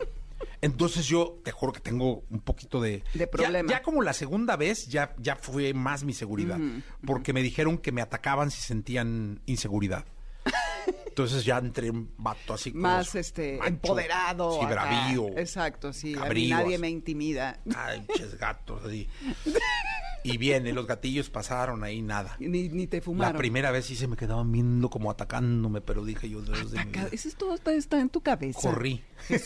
Entonces yo te juro que tengo un poquito de... De Ya- problema. Ya, como la segunda vez, ya, ya fue más mi seguridad. Porque me dijeron que me atacaban si sentían inseguridad. Entonces ya entré un vato así como... Más este macho, empoderado. Sí, acá. bravío. Exacto, sí. A mí cabrío, nadie así. me intimida. Ay, ches gatos, así. Y viene, los gatillos pasaron ahí, nada. Ni, ni te fumaron. La primera vez sí se me quedaban viendo como atacándome, pero dije yo, Dios de mi Ataca- vida. Eso es todo está, está en tu cabeza. Corrí.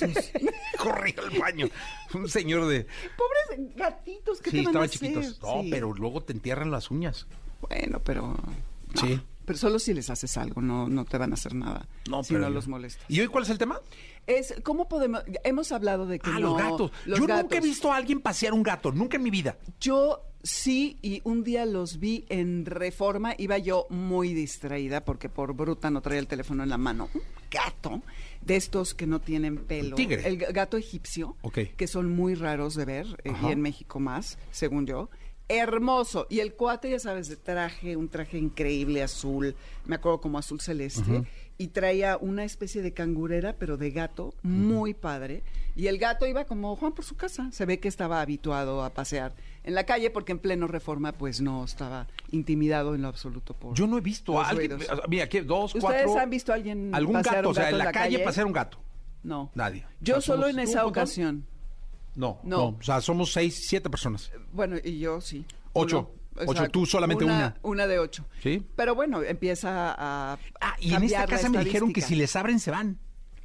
Corrí al baño. Un señor de... Pobres gatitos, ¿qué Sí, te van a estaban hacer? chiquitos. No, Sí. pero luego te entierran las uñas. Bueno, pero... no. Sí. Pero solo si les haces algo, no, no te van a hacer nada. No, si pero no yo- los molestas. ¿Y hoy cuál es el tema? Es, ¿cómo podemos...? Hemos hablado de que Ah, no... los gatos. los Yo nunca he gatos. visto a alguien pasear un gato, nunca en mi vida. Yo sí, y un día los vi en Reforma. Iba yo muy distraída porque por bruta no traía el teléfono en la mano. Un gato de estos que no tienen pelo. Tigre. El g- gato egipcio, Ok. que son muy raros de ver, eh, Ajá. y en México más, según yo. Hermoso. Y el cuate, ya sabes, de traje, un traje increíble azul, me acuerdo como azul celeste. y traía una especie de cangurera, pero de gato, muy padre. Y el gato iba como Juan por su casa. Se ve que estaba habituado a pasear en la calle porque en pleno Reforma pues no estaba intimidado en lo absoluto por Yo no he visto los a alguien. ruidos. o sea, Mira, aquí dos, ¿Ustedes cuatro. han visto a alguien algún pasear gato? un O sea, gato en la, calle, pasear un gato. No. Nadie. Yo O sea, solo somos- en ¿tú, esa Pontón? ocasión. No, No. no. O sea, somos seis, siete personas. Bueno, y yo sí. Ocho. Uno. Ocho, Exacto. tú solamente una. Una de ocho. ¿Sí? Pero bueno, empieza a Ah, y en esta cambiar la casa me dijeron que estadística. si les abren se van.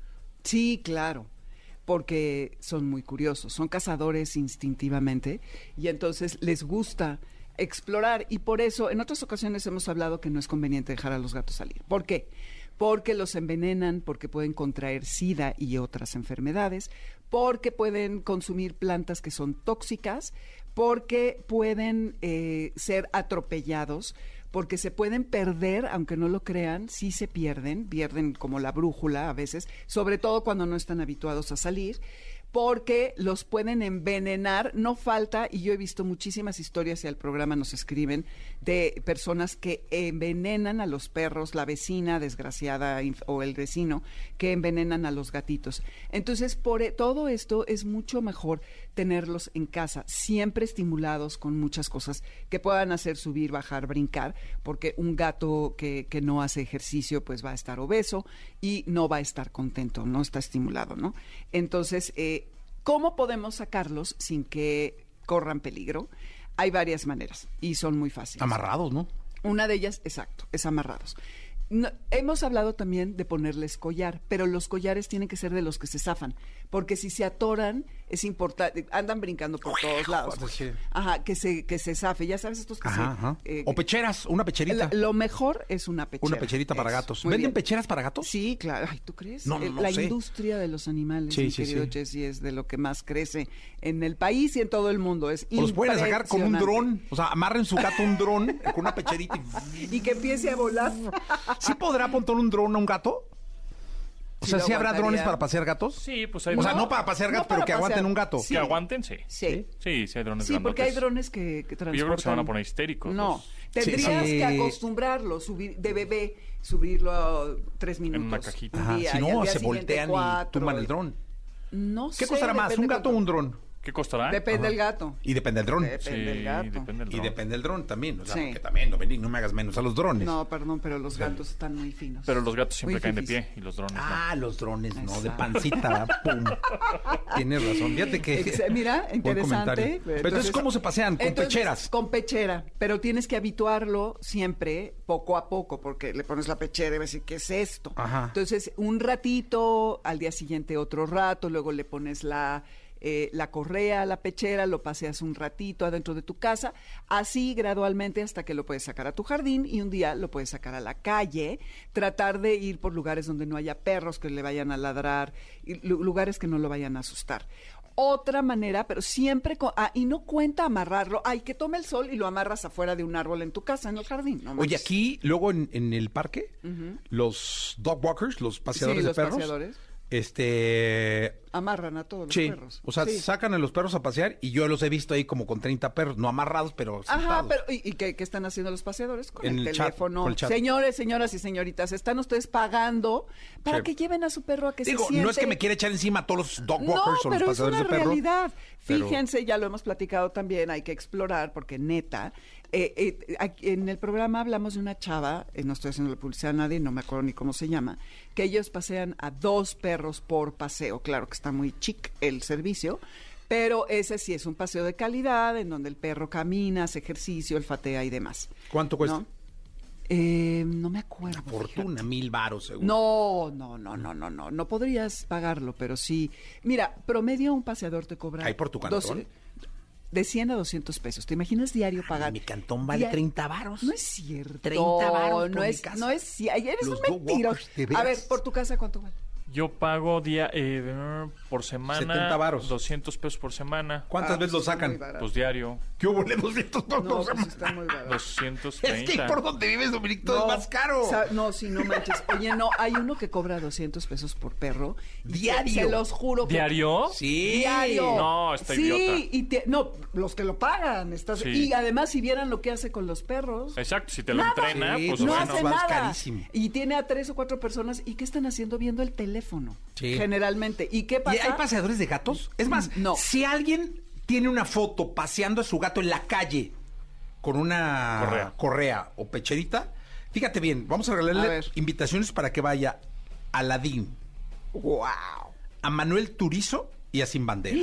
Sí, claro, porque son muy curiosos, son cazadores instintivamente y entonces les gusta explorar y por eso en otras ocasiones hemos hablado que no es conveniente dejar a los gatos salir. ¿Por qué? Porque los envenenan, porque pueden contraer SIDA y otras enfermedades, porque pueden consumir plantas que son tóxicas, porque pueden eh, ser atropellados, porque se pueden perder, aunque no lo crean, sí se pierden, pierden como la brújula a veces, sobre todo cuando no están habituados a salir, porque los pueden envenenar, no falta, y yo he visto muchísimas historias y al programa nos escriben, de personas que envenenan a los perros, la vecina desgraciada inf- o el vecino, que envenenan a los gatitos. Entonces, por e- todo esto es mucho mejor tenerlos en casa, siempre estimulados con muchas cosas que puedan hacer subir, bajar, brincar, porque un gato que, que no hace ejercicio pues va a estar obeso y no va a estar contento, no está estimulado, ¿no? Entonces, eh, ¿cómo podemos sacarlos sin que corran peligro? Hay varias maneras y son muy fáciles. Amarrados, ¿no? Una de ellas, exacto, es amarrados. No, hemos hablado también de ponerles collar, pero los collares tienen que ser de los que se zafan, porque si se atoran, es importante, andan brincando por todos lados. Sí. Ajá, que se, que se zafe, ya sabes estos que Ajá, se... ajá. eh, O pecheras, una pecherita. la- lo mejor es una pechera. Una pecherita para Eso, gatos. muy ¿Venden bien. pecheras para gatos? Sí, claro. Ay, ¿tú crees? No, no, Eh, no la sé. industria de los animales, Sí, mi sí, querido sí. Jesse, es de lo que más crece en el país y en todo el mundo. Es O los pueden sacar con un impresionante. dron. O sea, amarren su gato a un dron con una pecherita y... Y que empiece a volar. ¿Sí podrá apuntar un dron a un gato? O Sí sea, lo ¿sí habrá aguantaría. drones para pasear gatos? Sí, pues hay O sea, drones. no para pasear no gatos, pero para que aguanten pasear. un gato. Sí. Que aguanten, sí. Sí. Sí, sí hay drones Sí, porque hay grandotes. drones que, que transportan. Yo creo que se van a poner histéricos. No, los- tendrías Sí. que acostumbrarlo, subir de bebé, subirlo a tres minutos. una cajita. un Ajá, día, si y al no, día se siguiente voltean y cuatro. tumban el dron. No ¿Qué sé, costará más, depende un gato o cuánto- un dron? ¿Qué costará? Depende del gato. Y depende del dron. Depende Sí, del gato. depende del Y dron. depende del dron también. O sea, Sí. porque también, Dominic, no me hagas menos a los drones. No, perdón, pero los gatos están muy finos. Pero los gatos siempre Muy caen de fifís. pie y los drones Ah, los drones, no, de Exacto. pancita. Pum. Tienes razón. Fíjate que. Ex- Mira, Buen interesante. comentario. Pero entonces, ¿cómo se pasean? Con Entonces, pecheras. Con pechera, pero tienes que habituarlo siempre poco a poco, porque le pones la pechera y va a decir, ¿qué es esto? Ajá. Entonces, un ratito, al día siguiente otro rato, luego le pones la... eh, la correa a la pechera, lo paseas un ratito adentro de tu casa, así gradualmente hasta que lo puedes sacar a tu jardín y un día lo puedes sacar a la calle, tratar de ir por lugares donde no haya perros que le vayan a ladrar, y lu- lugares que no lo vayan a asustar. Otra manera, pero siempre, con, ah, y no cuenta amarrarlo, ay, que tome el sol y lo amarras afuera de un árbol en tu casa, en el jardín. No Oye, manches. aquí, luego en, en el parque, los dog walkers, los paseadores Sí, de los perros. paseadores. Este. Amarran a todos los Sí. perros. O sea, Sí. sacan a los perros a pasear y yo los he visto ahí como con treinta perros, no amarrados, pero. Ajá, sentados. pero ¿y, y qué, qué están haciendo los paseadores? Con En el, el chat, teléfono. con el chat. Señores, señoras y señoritas, están ustedes pagando para Sí. que lleven a su perro a que Digo, se siente. no es que me quiera echar encima a todos los dog No, walkers o los pero es paseadores una de perros. realidad. pero- Fíjense, ya lo hemos platicado también, hay que explorar, porque neta, eh, eh, aquí en el programa hablamos de una chava, eh, no estoy haciendo la publicidad a nadie, no me acuerdo ni cómo se llama, que ellos pasean a dos perros por paseo. Claro que está muy chic el servicio, pero ese sí es un paseo de calidad, en donde el perro camina, hace ejercicio, olfatea y demás. ¿Cuánto cuesta? ¿No? Eh, no me acuerdo. Fortuna, mil varos, seguro. No, no, no, no, no, no. No podrías pagarlo, pero sí. Mira, promedio un paseador te cobra. Ahí por tu cantón. De cien a doscientos pesos. ¿Te imaginas diario pagar? Mi cantón vale Dia- treinta varos. No es cierto. treinta varos por no mi es, casa. No es cierto. Eres Los un dog mentiroso. walkers, de A ver, veras. por tu casa, ¿cuánto vale? Yo pago día eh, por semana. setenta varos. doscientos pesos por semana. ¿Cuántas Ah, veces lo está sacan? muy barato. Pues diario. ¿Qué hubo? doscientos por No, semana. pues está muy barato. doscientos Es treinta. que por donde vives, Dominic, todo es más caro. Sa- No, sí, no manches. Oye, no, hay uno que cobra doscientos pesos por perro. Y Diario. Se los juro. que- ¿Diario? Sí. Diario. No, está sí, idiota. y te- no, los que lo pagan. Estás, Sí. Y además, si vieran lo que hace con los perros. Exacto, si te lo Nada. entrena, Sí, pues no bueno. hace vas nada. carísimo. Y tiene a tres o cuatro personas. ¿Y qué están haciendo? Viendo el teléfono. Sí. Generalmente. ¿Y qué ¿Y pasa? hay paseadores de gatos? Es más, No. si alguien tiene una foto paseando a su gato en la calle con una Correa. correa o pecherita, fíjate bien, vamos a A regalarle ver. invitaciones para que vaya a Aladín, ¡Wow! a Manuel Turizo y a Sin Bandera.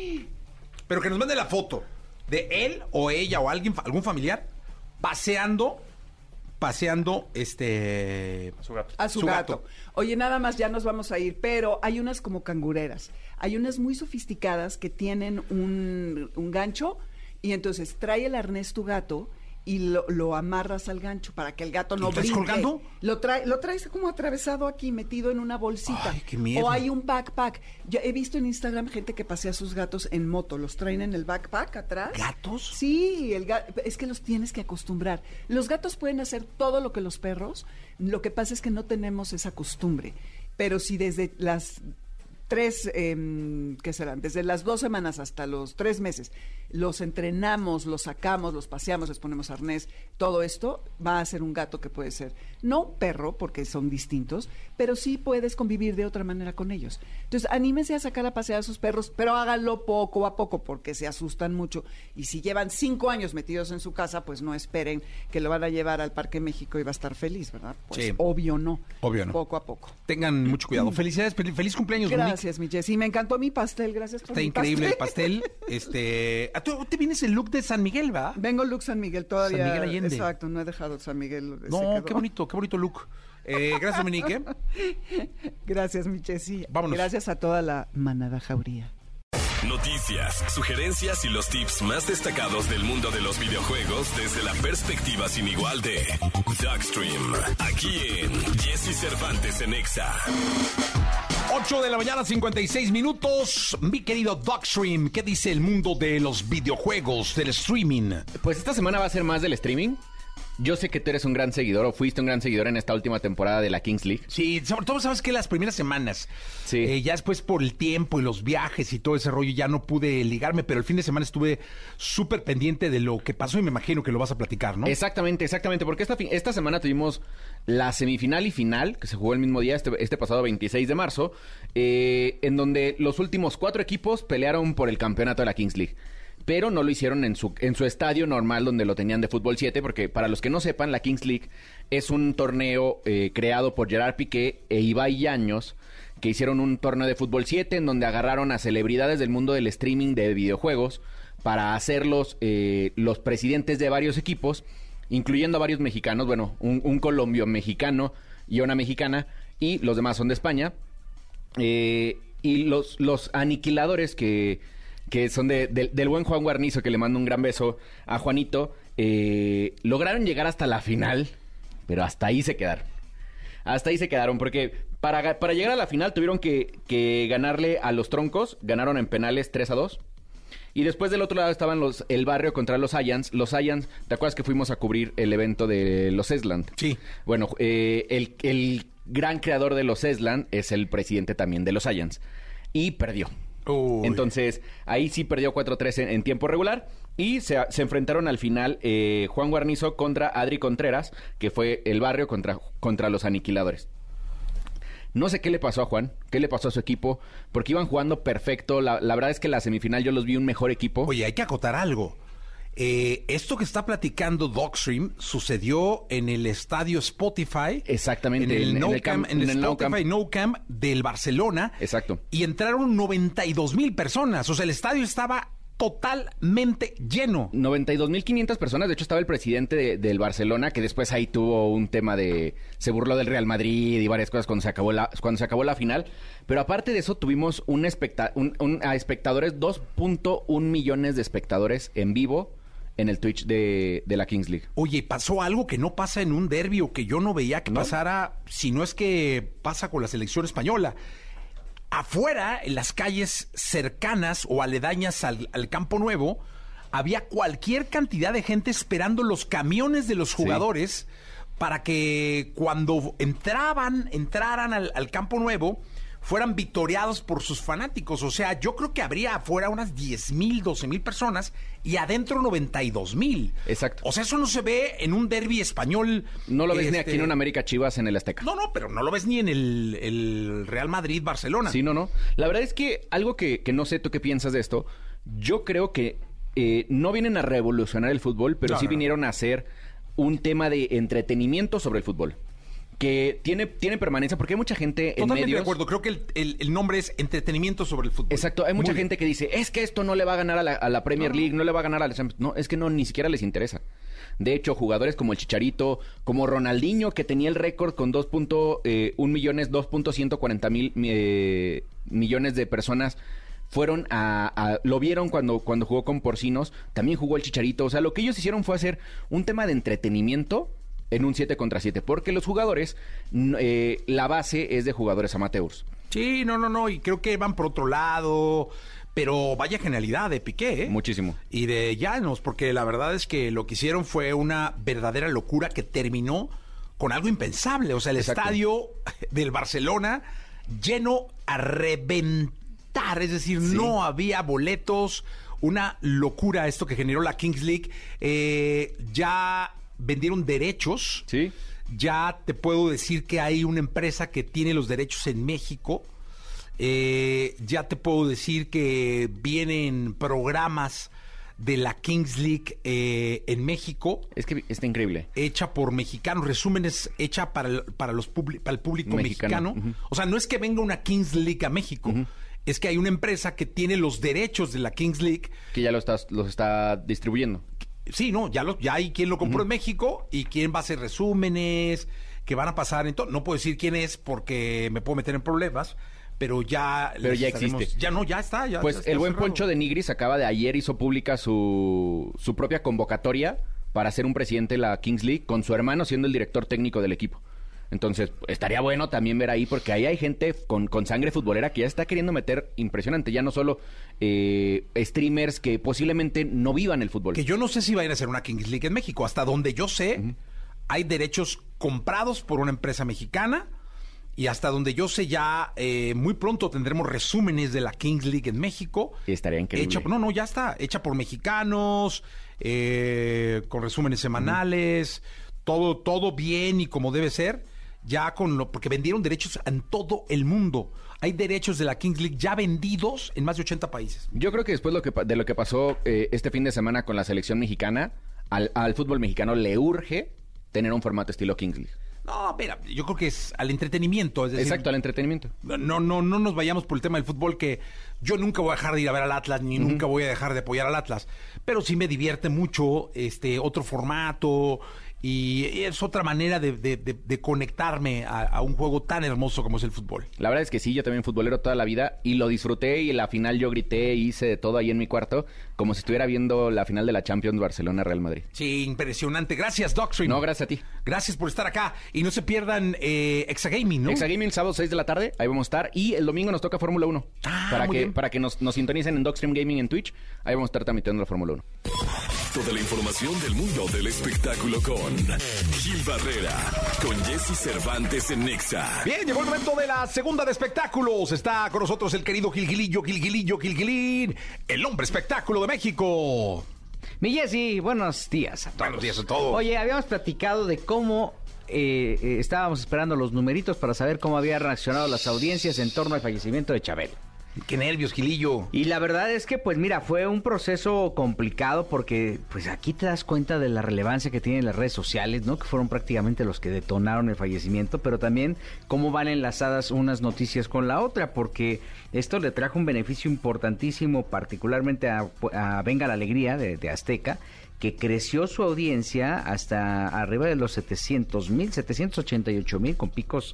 Pero que nos mande la foto de él o ella o alguien, algún familiar paseando, paseando este... A su gato. A su, Su gato. gato. Oye, nada más, ya nos vamos a ir, pero hay unas como cangureras. Hay unas muy sofisticadas que tienen un, un gancho y entonces trae el arnés tu gato y lo, lo amarras al gancho para que el gato no ¿Lo traes brinque. colgando? Lo, trae, lo traes como atravesado aquí, metido en una bolsita. Ay, qué miedo. O hay un backpack. Yo he visto en Instagram gente que pasea a sus gatos en moto. Los traen en el backpack atrás. ¿Gatos? Sí, el ga- es que los tienes que acostumbrar. Los gatos pueden hacer todo lo que los perros, lo que pasa es que no tenemos esa costumbre. Pero si desde las tres, eh, ¿qué serán? Desde las dos semanas hasta los tres meses, los entrenamos, los sacamos, los paseamos, les ponemos arnés, todo esto va a ser un gato que puede ser, no perro, porque son distintos, pero sí puedes convivir de otra manera con ellos. Entonces, anímense a sacar a pasear a sus perros, pero háganlo poco a poco, porque se asustan mucho. Y si llevan cinco años metidos en su casa, pues no esperen que lo van a llevar al Parque México y va a estar feliz, ¿verdad? Pues Sí. obvio no. Obvio no. Poco a poco. Tengan mucho cuidado. Felicidades, fel- feliz cumpleaños, Dominic. Gracias, mi Jessy. Me encantó mi pastel. Gracias por Está mi increíble el pastel. pastel. Este, ¿a tú te vienes el look de San Miguel, va? Vengo Lux San Miguel todavía. San Miguel Allende. Exacto, no he dejado San Miguel. se No, quedó. qué bonito, qué bonito look. Eh, gracias, Dominique. Gracias, mi Jessy. Vámonos. Gracias a toda la manada jauría. Noticias, sugerencias y los tips más destacados del mundo de los videojuegos desde la perspectiva sin igual de Darkstream. Aquí en Jesse Cervantes en Exa. ocho de la mañana, cincuenta y seis minutos. Mi querido Darkstream, ¿qué dice el mundo de los videojuegos, del streaming? Pues esta semana va a ser más del streaming. Yo sé que tú eres un gran seguidor o fuiste un gran seguidor en esta última temporada de la Kings League. Sí, sobre todo sabes que las primeras semanas, Sí. eh, ya después por el tiempo y los viajes y todo ese rollo ya no pude ligarme, pero el fin de semana estuve súper pendiente de lo que pasó y me imagino que lo vas a platicar, ¿no? Exactamente, exactamente, porque esta, fi- esta semana tuvimos la semifinal y final, que se jugó el mismo día, este, este pasado veintiséis de marzo, eh, en donde los últimos cuatro equipos pelearon por el campeonato de la Kings League. Pero no lo hicieron en su, en su estadio normal donde lo tenían de fútbol siete, porque para los que no sepan, la Kings League es un torneo eh, creado por Gerard Piqué e Ibai Llanos, que hicieron un torneo de fútbol siete en donde agarraron a celebridades del mundo del streaming de videojuegos para hacerlos eh, los presidentes de varios equipos, incluyendo a varios mexicanos, bueno, un, un colombio mexicano y una mexicana, y los demás son de España. Eh, y los, los aniquiladores que, que son de, de- del buen Juan Guarnizo, que le mando un gran beso a Juanito, eh, lograron llegar hasta la final, pero hasta ahí se quedaron. Hasta ahí se quedaron, porque para, ga- para llegar a la final tuvieron que, que ganarle a los Troncos, ganaron en penales tres a dos. Y después del otro lado estaban los el barrio contra los Giants. Los Giants, ¿te acuerdas que fuimos a cubrir el evento de los Esland? Sí. Bueno, eh, el, el gran creador de los Esland es el presidente también de los Giants. Y perdió. Uy. Entonces, ahí sí perdió cuatro tres en, en tiempo regular. Y se, se enfrentaron al final eh, Juan Guarnizo contra Adri Contreras, que fue el barrio contra, contra los aniquiladores. No sé qué le pasó a Juan, qué le pasó a su equipo, porque iban jugando perfecto. La, la verdad es que la semifinal yo los vi un mejor equipo. Oye, hay que acotar algo. Eh, esto que está platicando Darkstream sucedió en el estadio Spotify. Exactamente, En el, en- en no el Camp, camp- en el en el No Spotify Camp. No Camp del Barcelona. Exacto. Y entraron noventa y dos mil personas. O sea, el estadio estaba totalmente lleno. noventa y dos mil quinientas personas. De hecho, estaba el presidente de- del Barcelona, que después ahí tuvo un tema de... Se burló del Real Madrid y varias cosas cuando se acabó la, cuando se acabó la final. Pero aparte de eso, tuvimos un especta, un, un- a espectadores, dos punto uno millones de espectadores en vivo en el Twitch de, de la Kings League. Oye, pasó algo que no pasa en un derbi o que yo no veía que ¿No? pasara, si no es que pasa con la selección española. Afuera, en las calles cercanas o aledañas al, al Campo Nuevo, había cualquier cantidad de gente esperando los camiones de los jugadores para que cuando entraban, entraran al, al Campo Nuevo, fueran victoriados por sus fanáticos. O sea, yo creo que habría afuera unas diez mil, doce mil personas y adentro noventa y dos mil. Exacto. O sea, eso no se ve en un derbi español. No lo ves este... ni aquí en un América Chivas en el Azteca. No, no, pero no lo ves ni en el, el Real Madrid-Barcelona. Sí, no, no. La verdad es que algo que, que no sé tú qué piensas de esto, yo creo que eh, no vienen a revolucionar el fútbol, pero No, sí no, no. vinieron a hacer un tema de entretenimiento sobre el fútbol. Que tiene, tiene permanencia, porque hay mucha gente en Totalmente medios... de acuerdo. Creo que el, el- el nombre es entretenimiento sobre el fútbol. Exacto, hay mucha Muy gente que dice, es que esto no le va a ganar a la, a la Premier No. League, no le va a ganar a la Champions. No, es que no, ni siquiera les interesa. De hecho, jugadores como el Chicharito, como Ronaldinho, que tenía el récord con dos punto uno millones, dos punto ciento cuarenta mil eh, millones de personas, fueron a, a- lo vieron cuando, cuando jugó con Porcinos, también jugó el Chicharito. O sea, lo que ellos hicieron fue hacer un tema de entretenimiento en un siete contra siete, porque los jugadores, n- eh, la base es de jugadores amateurs. Sí, no, no, no. Y creo que van por otro lado. Pero vaya genialidad de Piqué, ¿eh? Muchísimo. Y de Llanos, porque la verdad es que lo que hicieron fue una verdadera locura que terminó con algo impensable. O sea, el Exacto. estadio del Barcelona lleno a reventar. Es decir, Sí. no había boletos. Una locura esto que generó la Kings League. Eh, ya vendieron derechos. Sí. Ya te puedo decir que hay una empresa que tiene los derechos en México. Eh, ya te puedo decir que vienen programas de la Kings League eh, en México, Es que está increíble. hecha por mexicanos, resúmenes hecha para el, para los publi- para el público Mexicano. mexicano. Ujú. O sea, no es que venga una Kings League a México, Ujú. es que hay una empresa que tiene los derechos de la Kings League. Que ya lo estás, los está distribuyendo. Sí, no, ya, lo, ya hay quien lo compró en México y quien va a hacer resúmenes que van a pasar en todo. No puedo decir quién es porque me puedo meter en problemas, pero ya... Pero les ya estaremos- existe. Ya no, ya está. Ya, Pues ya está el buen cerrado. Poncho de Nigris acaba de ayer, hizo pública su, su propia convocatoria para ser un presidente de la Kings League con su hermano siendo el director técnico del equipo. Entonces, estaría bueno también ver ahí, porque ahí hay gente con, con sangre futbolera que ya está queriendo meter impresionante, ya no solo eh, streamers que posiblemente no vivan el fútbol. Que yo no sé si vayan a hacer una Kings League en México. Hasta donde yo sé, Ujú. hay derechos comprados por una empresa mexicana. Y hasta donde yo sé ya, eh, muy pronto tendremos resúmenes de la Kings League en México. Estaría increíble. Hecha, no, no, ya está. Hecha por mexicanos, eh, con resúmenes semanales, todo, todo bien y como debe ser. Ya con lo, porque vendieron derechos en todo el mundo. Hay derechos de la Kings League ya vendidos en más de ochenta países. Yo creo que después lo que, pa- de lo que pasó eh, este fin de semana con la selección mexicana, al, al fútbol mexicano le urge tener un formato estilo Kings League. No, mira, yo creo que es al entretenimiento. Es decir, Exacto, al entretenimiento. No, no, no nos vayamos por el tema del fútbol, que yo nunca voy a dejar de ir a ver al Atlas, ni nunca voy a dejar de apoyar al Atlas. Pero sí me divierte mucho este otro formato y es otra manera de, de- de- de conectarme a, a un juego tan hermoso como es el fútbol. La verdad es que sí, yo también futbolero toda la vida y lo disfruté y en la final yo grité y hice de todo ahí en mi cuarto, como si estuviera viendo la final de la Champions Barcelona-Real Madrid. Sí, impresionante. Gracias, Doctrine. No, gracias a ti. Gracias por estar acá. Y no se pierdan eh, Exagaming, ¿no? Exagaming el sábado seis de la tarde, ahí vamos a estar. Y el domingo nos toca Fórmula uno. Ah, para, muy que, bien. para que nos, nos sintonicen en Dogstream Gaming en Twitch, ahí vamos a estar transmitiendo la Fórmula uno. Toda la información del mundo del espectáculo con Gil Barrera, con Jesse Cervantes en Nexa. Bien, llegó el momento de la segunda de espectáculos. Está con nosotros el querido Gilgilillo, Gilgilillo, Gilgilín, el hombre espectáculo de México. Mi Jessy, buenos días a todos. Buenos días a todos. Oye, habíamos platicado de cómo eh, eh, estábamos esperando los numeritos para saber cómo habían reaccionado las audiencias en torno al fallecimiento de Chabelo. Qué nervios, Gilillo. Y la verdad es que, pues mira, fue un proceso complicado porque, pues aquí te das cuenta de la relevancia que tienen las redes sociales, ¿no? Que fueron prácticamente los que detonaron el fallecimiento, pero también cómo van enlazadas unas noticias con la otra, porque esto le trajo un beneficio importantísimo, particularmente a, a Venga la Alegría de, de Azteca, que creció su audiencia hasta arriba de los setecientos mil, setecientos ochenta y ocho mil, con picos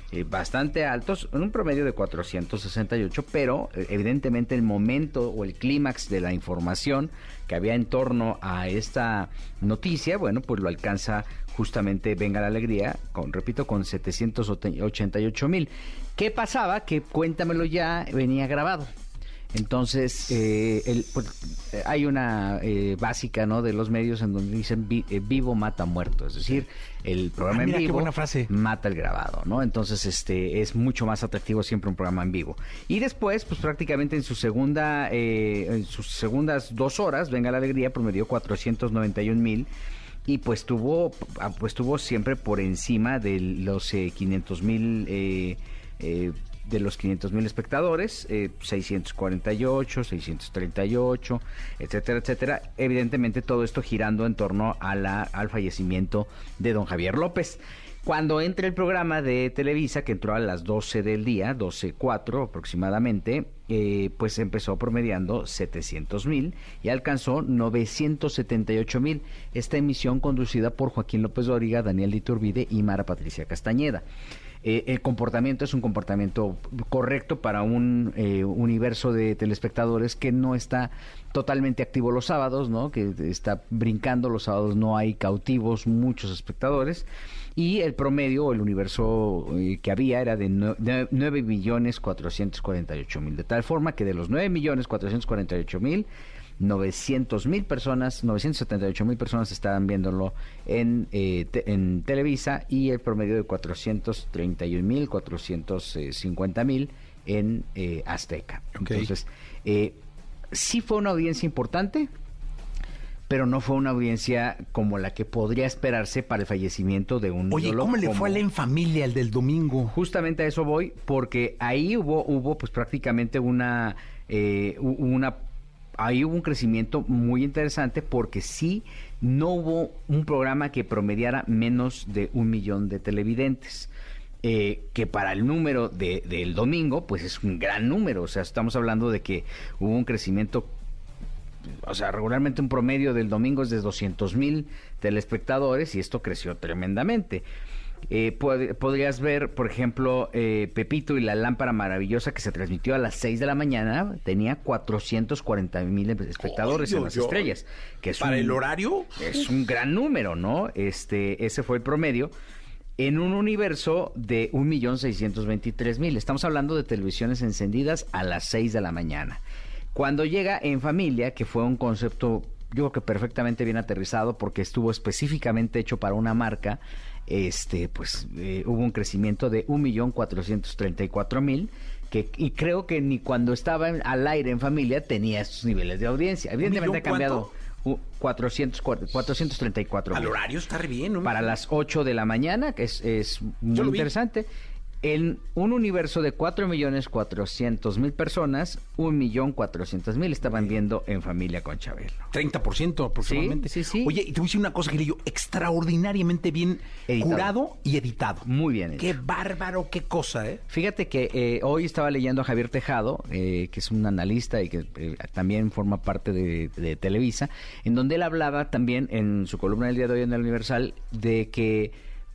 eh, bastante altos, en un promedio de cuatrocientos sesenta y ocho, pero eh, evidentemente el momento o el clímax de la información que había en torno a esta noticia, bueno, pues lo alcanza justamente Venga la Alegría, con, repito, con setecientos ochenta y ocho mil. ¿Qué pasaba? Que Cuéntamelo Ya venía grabado. Entonces, eh, el, pues, eh, hay una eh, básica, ¿no?, de los medios en donde dicen vi, eh, vivo mata muerto, es decir, el programa ah, mira, en vivo qué buena frase. mata el grabado, ¿no? Entonces, este es mucho más atractivo siempre un programa en vivo. Y después, pues prácticamente en su segunda, eh, en sus segundas dos horas, Venga la Alegría promedió cuatrocientos noventa y un mil. Y pues tuvo, pues tuvo siempre por encima de los eh, quinientos mil eh, eh, de los quinientos mil espectadores, eh, seiscientos cuarenta y ocho, seiscientos treinta y ocho, etcétera, etcétera. Evidentemente todo esto girando en torno a la, al fallecimiento de don Javier López. Cuando entra el programa de Televisa, que entró a las doce del día, doce cuatro aproximadamente, eh, pues empezó promediando setecientos mil y alcanzó novecientos setenta y ocho mil. Esta emisión conducida por Joaquín López Dóriga, Daniel de Iturbide y Mara Patricia Castañeda. Eh, el comportamiento es un comportamiento correcto para un eh, universo de telespectadores que no está totalmente activo los sábados, ¿no?, que está brincando los sábados, no hay cautivos, muchos espectadores, y el promedio o el universo eh, que había era de nueve millones cuatrocientos cuarenta y ocho mil, de tal forma que de los nueve millones cuatrocientos cuarenta y ocho mil, novecientos mil personas, novecientos setenta y ocho mil personas estaban viéndolo en, eh, te, en Televisa, y el promedio de cuatrocientos treinta y un mil, cuatrocientos cincuenta mil en eh, Azteca. Okay. Entonces, eh, sí fue una audiencia importante, pero no fue una audiencia como la que podría esperarse para el fallecimiento de un Oye, ídolo. ¿cómo le como... fue a la En Familia, el del domingo? Justamente a eso voy, porque ahí hubo, hubo pues prácticamente una, eh, una ahí hubo un crecimiento muy interesante, porque sí no hubo un programa que promediara menos de un millón de televidentes. Eh, que para el número de, del domingo, pues es un gran número. O sea, estamos hablando de que hubo un crecimiento, o sea, regularmente un promedio del domingo es de doscientos mil telespectadores, y esto creció tremendamente. Eh, pod- podrías ver, por ejemplo, eh, Pepito y la Lámpara Maravillosa, que se transmitió a las seis de la mañana, tenía cuatrocientos cuarenta mil espectadores Oy, en oy, las oy. estrellas. Que es ¿Para un, el horario? Es un gran número, ¿no? Este, ese fue el promedio en un universo de un millón seiscientos veintitrés mil. Estamos hablando de televisiones encendidas a las seis de la mañana. Cuando llega En Familia, que fue un concepto, yo creo que perfectamente bien aterrizado, porque estuvo específicamente hecho para una marca, este, pues eh, hubo un crecimiento de un millón cuatrocientos treinta y cuatro mil, que, y creo que ni cuando estaba en, al aire En Familia tenía estos niveles de audiencia. Evidentemente ha cambiado. Uh, cuatrocientos, cuatrocientos treinta y cuatro Al mil. horario está re bien, ¿no? Para las ocho de la mañana, que es, es muy interesante. En un universo de cuatro millones cuatrocientos mil personas, un millón cuatrocientos mil estaban viendo En Familia con Chabelo. treinta por ciento aproximadamente. Sí, sí, sí. Oye, y te voy a decir una cosa, Grillo, extraordinariamente bien Editado. curado y editado. Muy bien hecho. Qué bárbaro, qué cosa, ¿eh? Fíjate que eh, hoy estaba leyendo a Javier Tejado, eh, que es un analista y que eh, también forma parte de, de Televisa, en donde él hablaba también en su columna del día de hoy en el Universal de que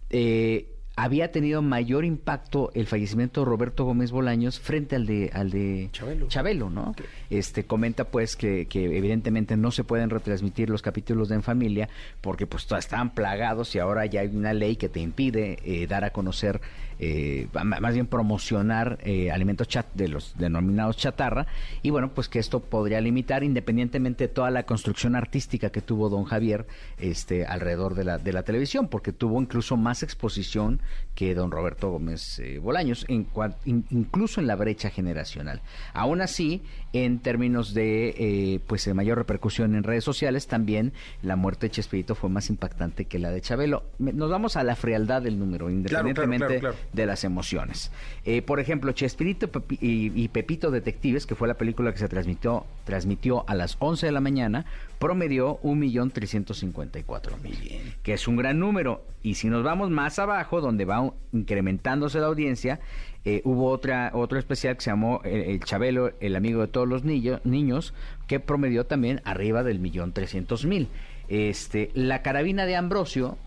eh, había tenido mayor impacto el fallecimiento de Roberto Gómez Bolaños frente al de al de Chabelo, Chabelo, ¿no? Okay. Este comenta pues que, que evidentemente no se pueden retransmitir los capítulos de En Familia porque pues estaban plagados, y ahora ya hay una ley que te impide eh, dar a conocer, eh, más bien promocionar eh, alimentos chat de los denominados chatarra, y bueno, pues que esto podría limitar, independientemente de toda la construcción artística que tuvo don Javier este alrededor de la de la televisión, porque tuvo incluso más exposición que don Roberto Gómez eh, Bolaños, en cual, in, incluso en la brecha generacional. Aún así, en términos de eh, pues de mayor repercusión en redes sociales, también la muerte de Chespirito fue más impactante que la de Chabelo. Nos vamos a la frialdad del número, independientemente claro, claro, claro, claro. de las emociones. Eh, por ejemplo, Chespirito Pepi, y, y Pepito Detectives, que fue la película que se transmitió, transmitió a las once de la mañana, promedió un millón trescientos cincuenta y cuatro mil, que es un gran número. Y si nos vamos más abajo, donde va incrementándose la audiencia, eh, hubo otra otro especial que se llamó el, el Chabelo, el amigo de todos los niño, niños, que promedió también arriba del millón trescientos mil. Este, la carabina de Ambrosio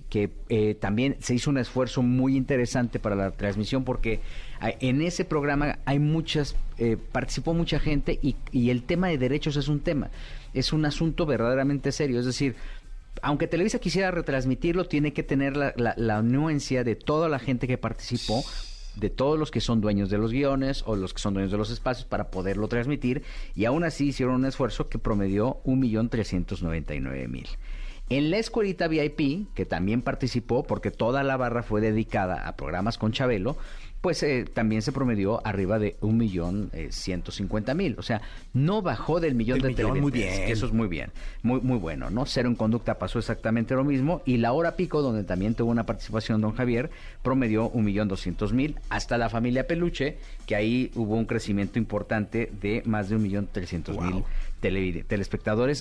que eh, también se hizo un esfuerzo muy interesante para la transmisión porque eh, en ese programa hay muchas, eh, participó mucha gente y, y el tema de derechos es un tema, es un asunto verdaderamente serio, es decir, aunque Televisa quisiera retransmitirlo, tiene que tener la, la, la anuencia de toda la gente que participó, de todos los que son dueños de los guiones o los que son dueños de los espacios para poderlo transmitir, y aún así hicieron un esfuerzo que promedió un millón trescientos noventa y nueve mil. En la escuelita V I P, que también participó porque toda la barra fue dedicada a programas con Chabelo, pues eh, también se promedió arriba de un millón ciento cincuenta mil. O sea, no bajó del millón Del de millón, muy televidentes. bien. Eso es muy bien, muy muy bueno, ¿no? Cero en Conducta pasó exactamente lo mismo. Y La Hora Pico, donde también tuvo una participación don Javier, promedió un millón doscientos mil. Hasta La Familia Peluche, que ahí hubo un crecimiento importante de más de un millón trescientos mil telespectadores.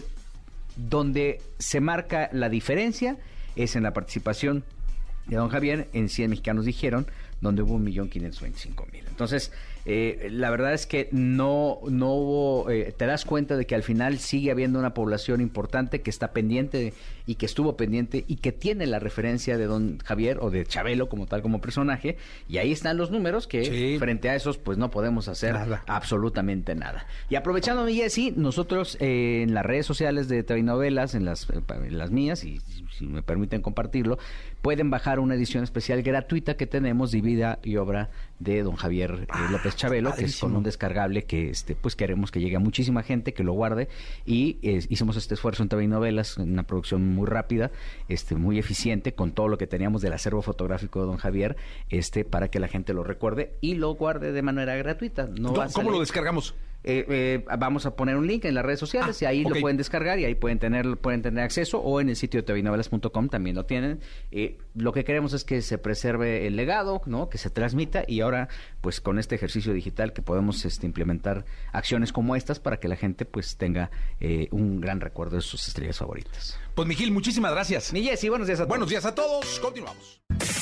Donde se marca la diferencia es en la participación de don Javier en cien mexicanos dijeron, donde hubo un millón quinientos veinticinco mil. Entonces, eh, la verdad es que no, no hubo, eh, te das cuenta de que al final sigue habiendo una población importante que está pendiente de, y que estuvo pendiente y que tiene la referencia de don Javier o de Chabelo como tal, como personaje, y ahí están los números que Sí. frente a esos pues no podemos hacer Nada. absolutamente nada. Y aprovechando, mi Jessy, nosotros eh, en las redes sociales de T V y Novelas, en las, en las mías, y si me permiten compartirlo, pueden bajar una edición especial gratuita que tenemos de vida y obra de don Javier eh, López Chabelo, que es con un descargable que este pues queremos que llegue a muchísima gente, que lo guarde, y eh, hicimos este esfuerzo en T V y Novelas, en una producción muy rápida, este muy eficiente, con todo lo que teníamos del acervo fotográfico de don Javier, este para que la gente lo recuerde y lo guarde de manera gratuita. No va a ¿Cómo lo salir- descargamos? Eh, eh, vamos a poner un link en las redes sociales Ah, y ahí ok. lo pueden descargar y ahí pueden tener pueden tener acceso, o en el sitio de T V y Novelas punto com también lo tienen. Eh, lo que queremos es que se preserve el legado, ¿no? Que se transmita, y ahora pues con este ejercicio digital que podemos este, implementar acciones como estas para que la gente pues tenga eh, un gran recuerdo de sus estrellas favoritas. Pues, Miguel, muchísimas gracias. Mi Jessy, buenos días a todos. Buenos días a todos. Continuamos.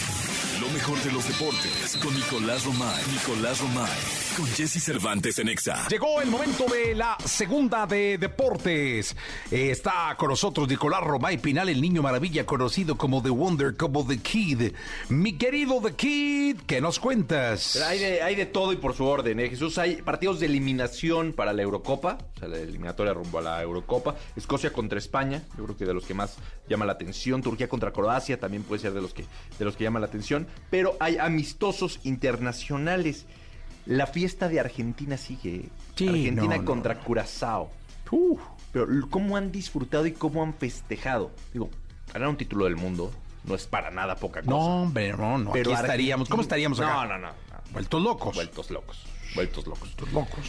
Lo mejor de los deportes con Nicolás Romay. Nicolás Romay. Con Jesse Cervantes en Exa. Llegó el momento de la segunda de deportes. Eh, está con nosotros Nicolás Romay Pinal, el niño maravilla, conocido como The Wonder, como The Kid. Mi querido The Kid, ¿qué nos cuentas? Pero hay de, hay de todo y por su orden, ¿eh, Jesús? Hay partidos de eliminación para la Eurocopa, o sea, la eliminatoria rumbo a la Eurocopa. Escocia contra España, yo creo que de los que más llama la atención. Turquía contra Croacia también puede ser de los que, de los que llama la atención. Pero hay amistosos internacionales. La fiesta de Argentina sigue. ¿eh? Sí, Argentina no, no, contra no. Curazao. Uf. Pero cómo han disfrutado y cómo han festejado. Digo, ganar un título del mundo no es para nada poca cosa. No, hombre, no, no. Pero Aquí estaríamos. Argentina- ¿Cómo estaríamos acá? No, no, no. no. Vueltos locos. Vueltos locos. Vueltos locos. Vueltos locos.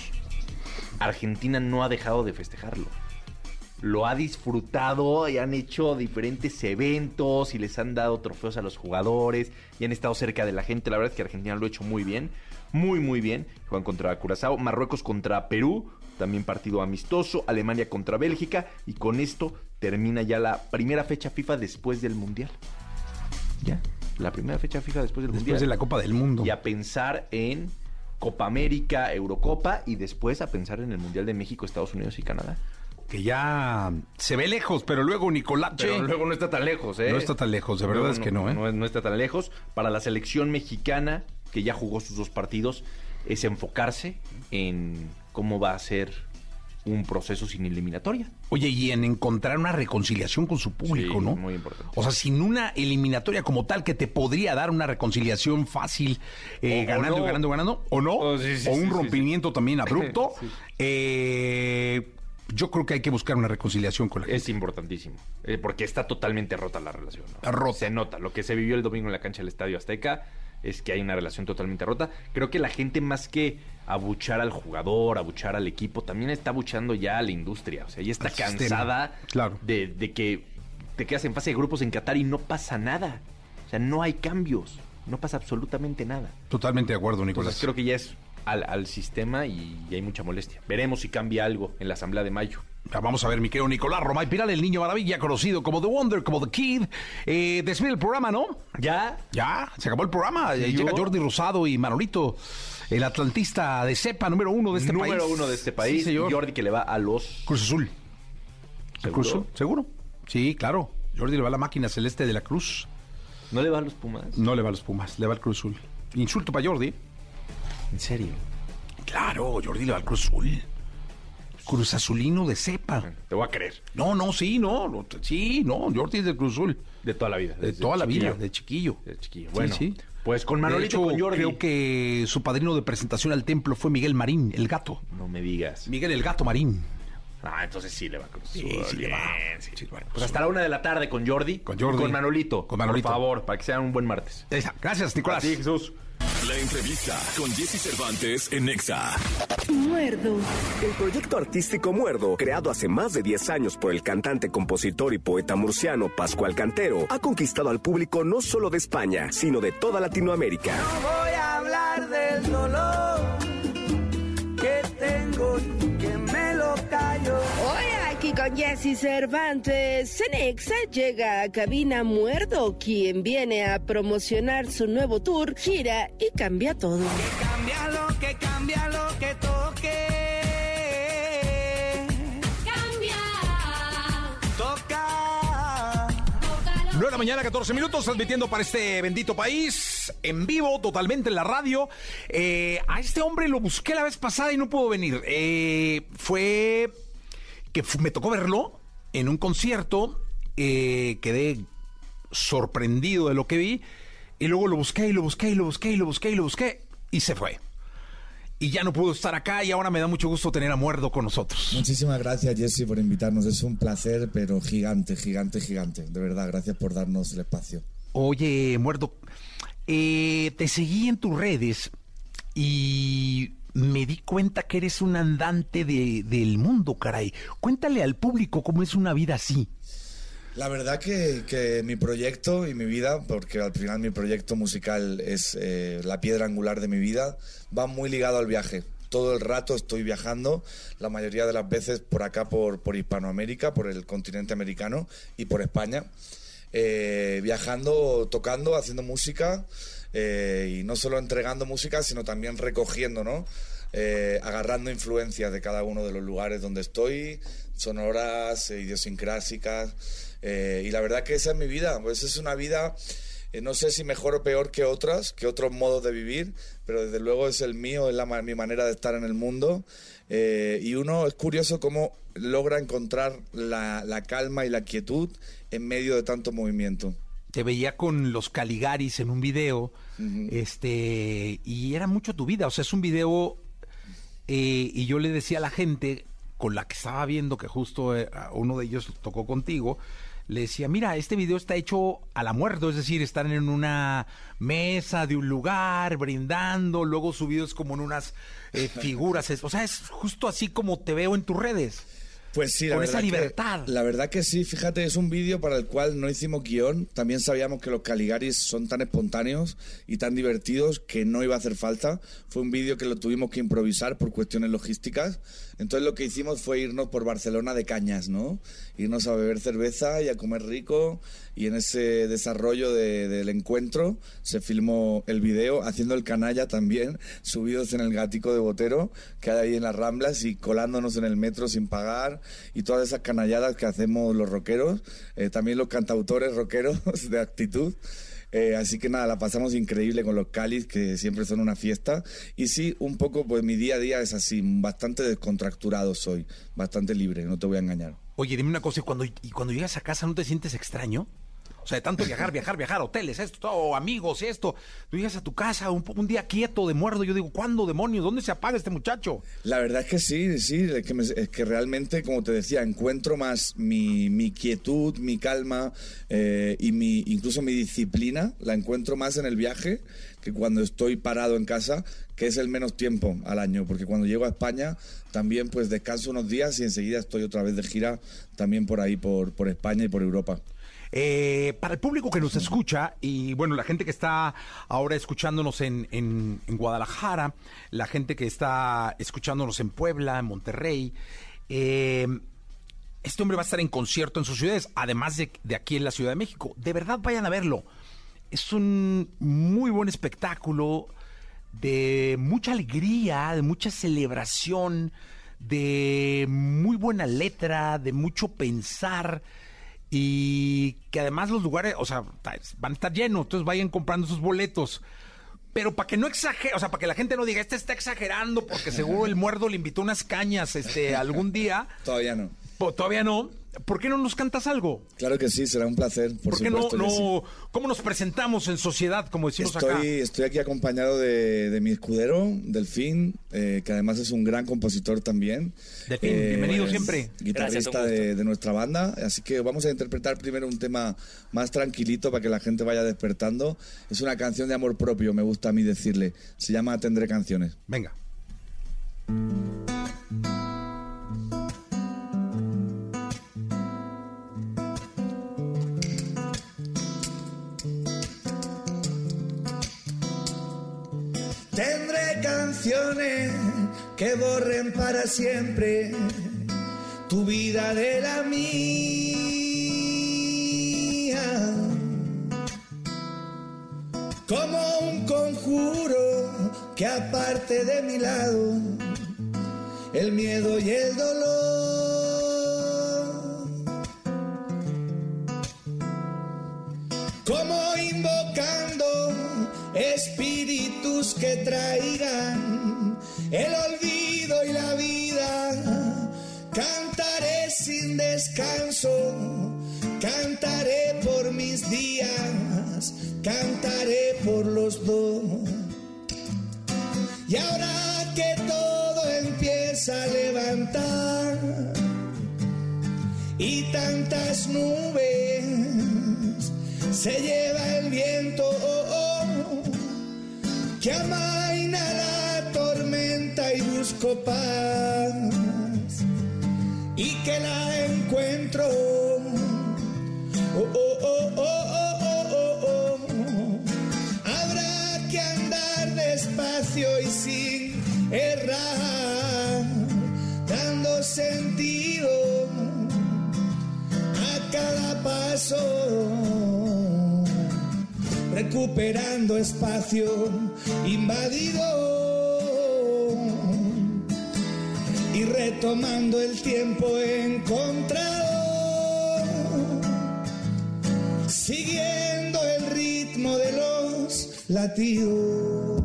Argentina no ha dejado de festejarlo. Lo ha disfrutado y han hecho diferentes eventos y les han dado trofeos a los jugadores y han estado cerca de la gente. La verdad es que Argentina lo ha hecho muy bien, muy muy bien. Juegan contra Curazao, Marruecos contra Perú, también partido amistoso, Alemania contra Bélgica, y con esto termina ya la primera fecha FIFA después del Mundial. Ya, la primera fecha FIFA después del Mundial. Después de la Copa del Mundo. Y a pensar en Copa América, Eurocopa, y después a pensar en el Mundial de México, Estados Unidos y Canadá. Que ya se ve lejos, pero luego Nicolás. Pero luego no está tan lejos, ¿eh? No está tan lejos, de verdad Luego es que no, ¿eh? No, no está tan lejos. Para la selección mexicana, que ya jugó sus dos partidos, es enfocarse en cómo va a ser un proceso sin eliminatoria. Oye, y en encontrar una reconciliación con su público, Sí, ¿no? muy importante. O sea, sin una eliminatoria como tal que te podría dar una reconciliación fácil, eh, O- o ganando, no. ganando, ganando, o no, Oh, sí, sí, o sí, un sí, rompimiento también abrupto. Sí. eh, yo creo que hay que buscar una reconciliación con la gente. Es importantísimo, eh, porque está totalmente rota la relación, ¿no? Rota. Se nota. Lo que se vivió el domingo en la cancha del Estadio Azteca es que hay una relación totalmente rota. Creo que la gente, más que abuchar al jugador, abuchar al equipo, también está abuchando ya a la industria. O sea, ya está Al sistema. cansada Claro. de, de que te quedas en fase de grupos en Qatar y no pasa nada. O sea, no hay cambios. No pasa absolutamente nada. Totalmente de acuerdo, Nicolás. Entonces creo que ya es al, al sistema y, y hay mucha molestia. Veremos si cambia algo en la asamblea de mayo. Ya, vamos a ver, mi querido Nicolás Romay Piral, el niño maravilla, conocido como The Wonder, como The Kid. Eh, despide el programa, ¿no? ¿Ya? Ya, se acabó el programa. ¿Sí, Llega yo? Jordi Rosado y Manolito, el atlantista de cepa número uno de este país. Número uno de este país. Sí, señor. Y Jordi, que le va a los... Cruz Azul. ¿El ¿Seguro? Cruz Azul? ¿Seguro? Sí, claro. Jordi le va a la máquina celeste de la Cruz. ¿No le va a los Pumas? No le va a los Pumas, le va al Cruz Azul. Insulto para Jordi. ¿En serio? Claro, Jordi le va al Cruz Azul. Cruz Azulino de cepa. Te voy a creer. No, no, sí, no, no, sí, no, Jordi es del Cruz Azul. De toda la vida. De toda la chiquillo. vida, de chiquillo. De chiquillo. Bueno, sí, sí. pues con De Manolito, hecho, con Jordi. creo que su padrino de presentación al templo fue Miguel Marín, el gato. No me digas. Miguel el gato Marín. Ah, entonces sí le va a Cruz Azul. Sí, sí le va. Sí, Sí, bueno, pues hasta la una de la tarde con Jordi. Con Jordi. Y con Manolito. Con Manolito. Por favor, para que sea un buen martes. Esa. Gracias, Nicolás. Sí, Jesús. La entrevista con Jesse Cervantes en Nexa. Muerdo. El proyecto artístico Muerdo, creado hace más de diez años por el cantante, compositor y poeta murciano Pascual Cantero, ha conquistado al público no solo de España, sino de toda Latinoamérica. No voy a hablar del dolor que tengo y que me lo callo. Hoy aquí con Jesse Cervantes, en Nexa llega a Cabina Muerdo, quien viene a promocionar su nuevo tour, gira y cambia todo. Que cambia lo que cambia lo que toque. Cambia. Toca. nueve de la mañana, catorce minutos, transmitiendo para este bendito país, en vivo, totalmente en la radio. Eh, a este hombre lo busqué la vez pasada y no pudo venir. Eh, fue que fu- me tocó verlo en un concierto, eh, quedé sorprendido de lo que vi, y luego lo busqué y lo busqué y lo busqué y lo busqué y lo busqué, y se fue. Y ya no pudo estar acá y ahora me da mucho gusto tener a Muerdo con nosotros. Muchísimas gracias, Jesse, por invitarnos. Es un placer, pero gigante, gigante, gigante. De verdad, gracias por darnos el espacio. Oye, Muerdo, eh, te seguí en tus redes y me di cuenta que eres un andante de, del mundo, caray. Cuéntale al público cómo es una vida así. La verdad que, que mi proyecto y mi vida, porque al final mi proyecto musical es eh, la piedra angular de mi vida, va muy ligado al viaje. Todo el rato estoy viajando, la mayoría de las veces por acá, por, por Hispanoamérica, por el continente americano y por España. Eh, viajando, tocando, haciendo música eh, y no solo entregando música, sino también recogiendo, ¿no? Eh, agarrando influencias de cada uno de los lugares donde estoy, sonoras, eh, idiosincrásicas, eh, y la verdad que esa es mi vida. Pues es una vida, eh, no sé si mejor o peor que otras, que otros modos de vivir, pero desde luego es el mío, es la, mi manera de estar en el mundo, eh, y uno es curioso cómo logra encontrar la, la calma y la quietud en medio de tanto movimiento. Te veía con los Caligaris en un video, uh-huh. este, y era mucho tu vida, o sea, es un video, eh, y yo le decía a la gente con la que estaba viendo, que justo eh, uno de ellos tocó contigo, le decía, mira, este video está hecho a la muerte, es decir, están en una mesa de un lugar, brindando, luego subidos como en unas eh, figuras, es, o sea, es justo así como te veo en tus redes. Pues sí, la con verdad esa libertad. Que, la verdad que sí, fíjate, es un vídeo para el cual no hicimos guión. También sabíamos que los Caligaris son tan espontáneos y tan divertidos que no iba a hacer falta. Fue un vídeo que lo tuvimos que improvisar por cuestiones logísticas. Entonces lo que hicimos fue irnos por Barcelona de cañas, ¿no? Irnos a beber cerveza y a comer rico. Y en ese desarrollo de, del encuentro se filmó el video, haciendo el canalla también, subidos en el gatico de Botero que hay ahí en las Ramblas y colándonos en el metro sin pagar, y todas esas canalladas que hacemos los rockeros, eh, también los cantautores rockeros de actitud. Eh, así que nada, la pasamos increíble con los Calis, que siempre son una fiesta. Y sí, un poco, pues mi día a día es así, bastante descontracturado soy, bastante libre, no te voy a engañar. Oye, dime una cosa, ¿y cuando, y cuando llegas a casa no te sientes extraño? O sea, de tanto viajar, viajar, viajar, hoteles, esto, todo, amigos, esto. Tú llegas a tu casa un, un día quieto, de Muerdo, yo digo, ¿cuándo, demonios? ¿Dónde se apaga este muchacho? La verdad es que sí, sí, es que, me, es que realmente, como te decía, encuentro más mi, mi quietud, mi calma eh, y mi, incluso mi disciplina, la encuentro más en el viaje que cuando estoy parado en casa, que es el menos tiempo al año, porque cuando llego a España también pues descanso unos días y enseguida estoy otra vez de gira también por ahí, por, por España y por Europa. Eh, para el público que nos escucha y bueno, la gente que está ahora escuchándonos en, en, en Guadalajara, la gente que está escuchándonos en Puebla, en Monterrey, eh, este hombre va a estar en concierto en sus ciudades, además de, de aquí en la Ciudad de México. De verdad, vayan a verlo. Es un muy buen espectáculo de mucha alegría, de mucha celebración, de muy buena letra, de mucho pensar. y que además los lugares, o sea, van a estar llenos, entonces vayan comprando sus boletos. Pero para que no exagere, o sea, para que la gente no diga, este está exagerando porque seguro el Muerdo le invitó unas cañas este algún día. Todavía no. Todavía no. ¿Por qué no nos cantas algo? Claro que sí, será un placer, por, ¿Por qué supuesto no, que no sí. cómo nos presentamos en sociedad, como decimos Estoy, acá? estoy aquí acompañado de, de mi escudero, Delfín, eh, que además es un gran compositor también. Delfín, bienvenido siempre. Guitarrista Gracias, un gusto. de, de nuestra banda. Así que vamos a interpretar primero un tema más tranquilito para que la gente vaya despertando. Es una canción de amor propio, me gusta a mí decirle. Se llama Tendré canciones. Venga. Tendré canciones que borren para siempre tu vida de la mía. Como un conjuro que aparte de mi lado el miedo y el dolor. Como invocando espíritus que traigan el olvido y la vida. Cantaré sin descanso, cantaré por mis días, cantaré por los dos. Y ahora que todo empieza a levantar y tantas nubes se lleva el viento, oh, oh, que amaina la tormenta y busco paz y que la encuentro, oh, oh, oh, oh, oh, oh, oh, oh. Habrá que andar despacio y sin errar, dando sentido a cada paso, recuperando espacio invadido y retomando el tiempo encontrado, siguiendo el ritmo de los latidos.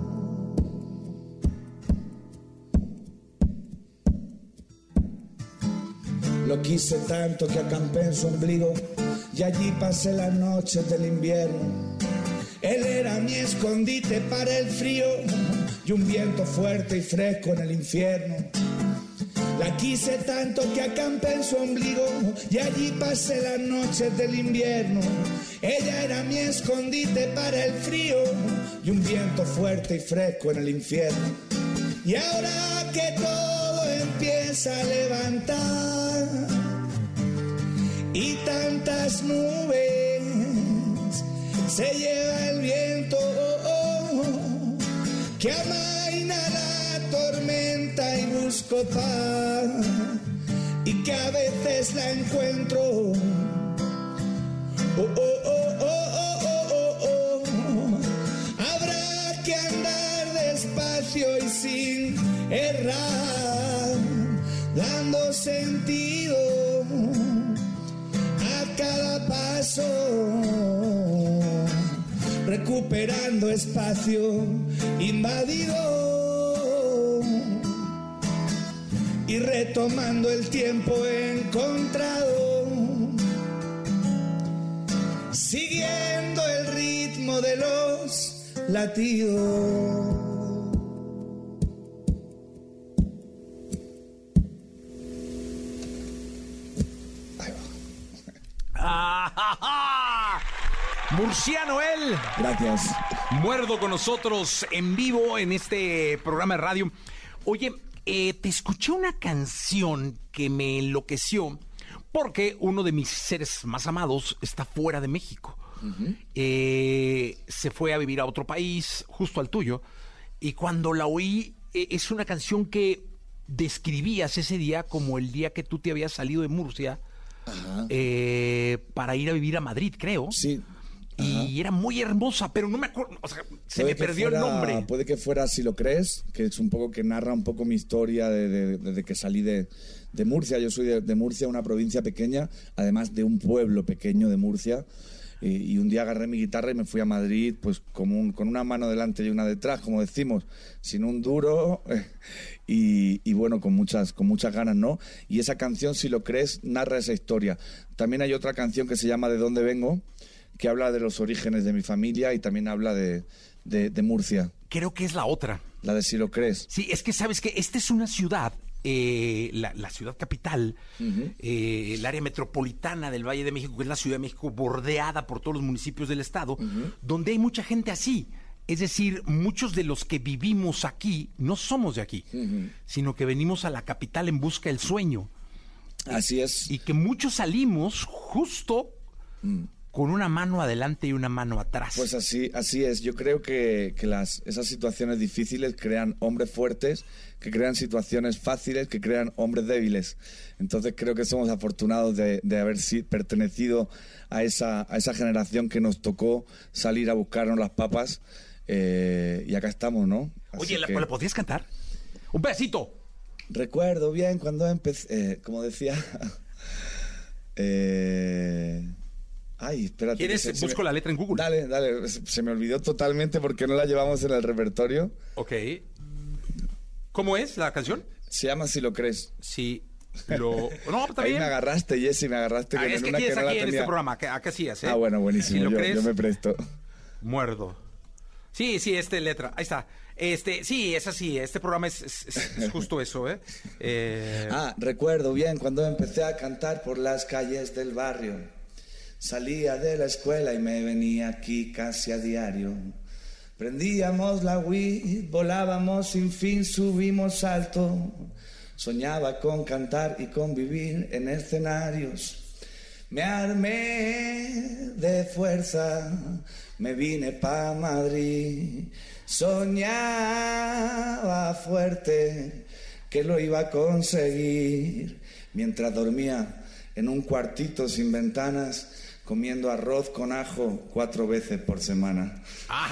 Lo quise tanto que acampé en su ombligo y allí pasé las noches del invierno. Él era mi escondite para el frío y un viento fuerte y fresco en el infierno. La quise tanto que acampé en su ombligo y allí pasé las noches del invierno. Ella era mi escondite para el frío y un viento fuerte y fresco en el infierno. Y ahora que todo empieza a levantar y tantas nubes se lleva el viento, oh, oh, que amaina la tormenta y busco paz y que a veces la encuentro, oh, oh, oh, oh, oh, oh, oh. Habrá que andar despacio y sin errar, dando sentido a cada paso, recuperando espacio invadido y retomando el tiempo encontrado, siguiendo el ritmo de los latidos. Murciano él. Gracias. Muerdo con nosotros en vivo en este programa de radio. Oye, eh, te escuché una canción que me enloqueció porque uno de mis seres más amados está fuera de México. Uh-huh. eh, se fue a vivir a otro país, justo al tuyo, y cuando la oí, eh, es una canción que describías ese día como el día que tú te habías salido de Murcia eh, para ir a vivir a Madrid, creo. Sí. Y Ajá. era muy hermosa, pero no me acuerdo, o sea, se Puede me que perdió fuera- el nombre. Puede que fuera Si lo crees, que es un poco que narra un poco mi historia de- de- desde que salí de, de Murcia. Yo soy de, de Murcia, una provincia pequeña, además de un pueblo pequeño de Murcia. Y, y un día agarré mi guitarra y me fui a Madrid, pues como un, con una mano delante y una detrás, como decimos, sin un duro y, y bueno, con muchas, con muchas ganas, ¿no? Y esa canción, si lo crees, narra esa historia. También hay otra canción que se llama ¿De dónde vengo?, que habla de los orígenes de mi familia y también habla de, de, de Murcia. Creo que es la otra. La de Si lo crees. Sí, es que sabes que esta es una ciudad, eh, la, la ciudad capital, uh-huh. eh, el área metropolitana del Valle de México, que es la Ciudad de México, bordeada por todos los municipios del estado, uh-huh. donde hay mucha gente así. Es decir, muchos de los que vivimos aquí no somos de aquí, uh-huh. sino que venimos a la capital en busca del sueño. Así es. Y que muchos salimos justo... Uh-huh. con una mano adelante y una mano atrás. Pues así, así es. Yo creo que, que las, esas situaciones difíciles crean hombres fuertes, que crean situaciones fáciles, que crean hombres débiles. Entonces creo que somos afortunados de, de haber si, pertenecido a esa, a esa generación que nos tocó salir a buscarnos las papas. Eh, y acá estamos, ¿no? Así Oye, que... ¿la, ¿la podrías cantar? ¡Un pedacito! Recuerdo bien cuando empecé... Eh, como decía... eh... Ay, espérate. ¿Quieres? Se, se busco me... la letra en Google. Dale, dale. Se me olvidó totalmente porque no la llevamos en el repertorio. Ok. ¿Cómo es la canción? Se llama Si lo crees. Sí. Lo... No, está Ahí bien. me agarraste, Jessy, me agarraste. Ah, con es que una aquí que es no aquí la en tenía. este programa. ¿A, a qué hacías, eh? Ah, bueno, buenísimo. Si lo yo, crees, yo me presto. Muerdo. Sí, sí, este letra. Ahí está. Este, sí, es así. Este programa es, es, es justo eso, ¿eh? eh... Ah, recuerdo bien cuando empecé a cantar por las calles del barrio. Salía de la escuela y me venía aquí casi a diario. Prendíamos la Wii, volábamos sin fin, subimos alto. Soñaba con cantar y con vivir en escenarios. Me armé de fuerza, me vine pa' Madrid. Soñaba fuerte que lo iba a conseguir. Mientras dormía en un cuartito sin ventanas, comiendo arroz con ajo cuatro veces por semana.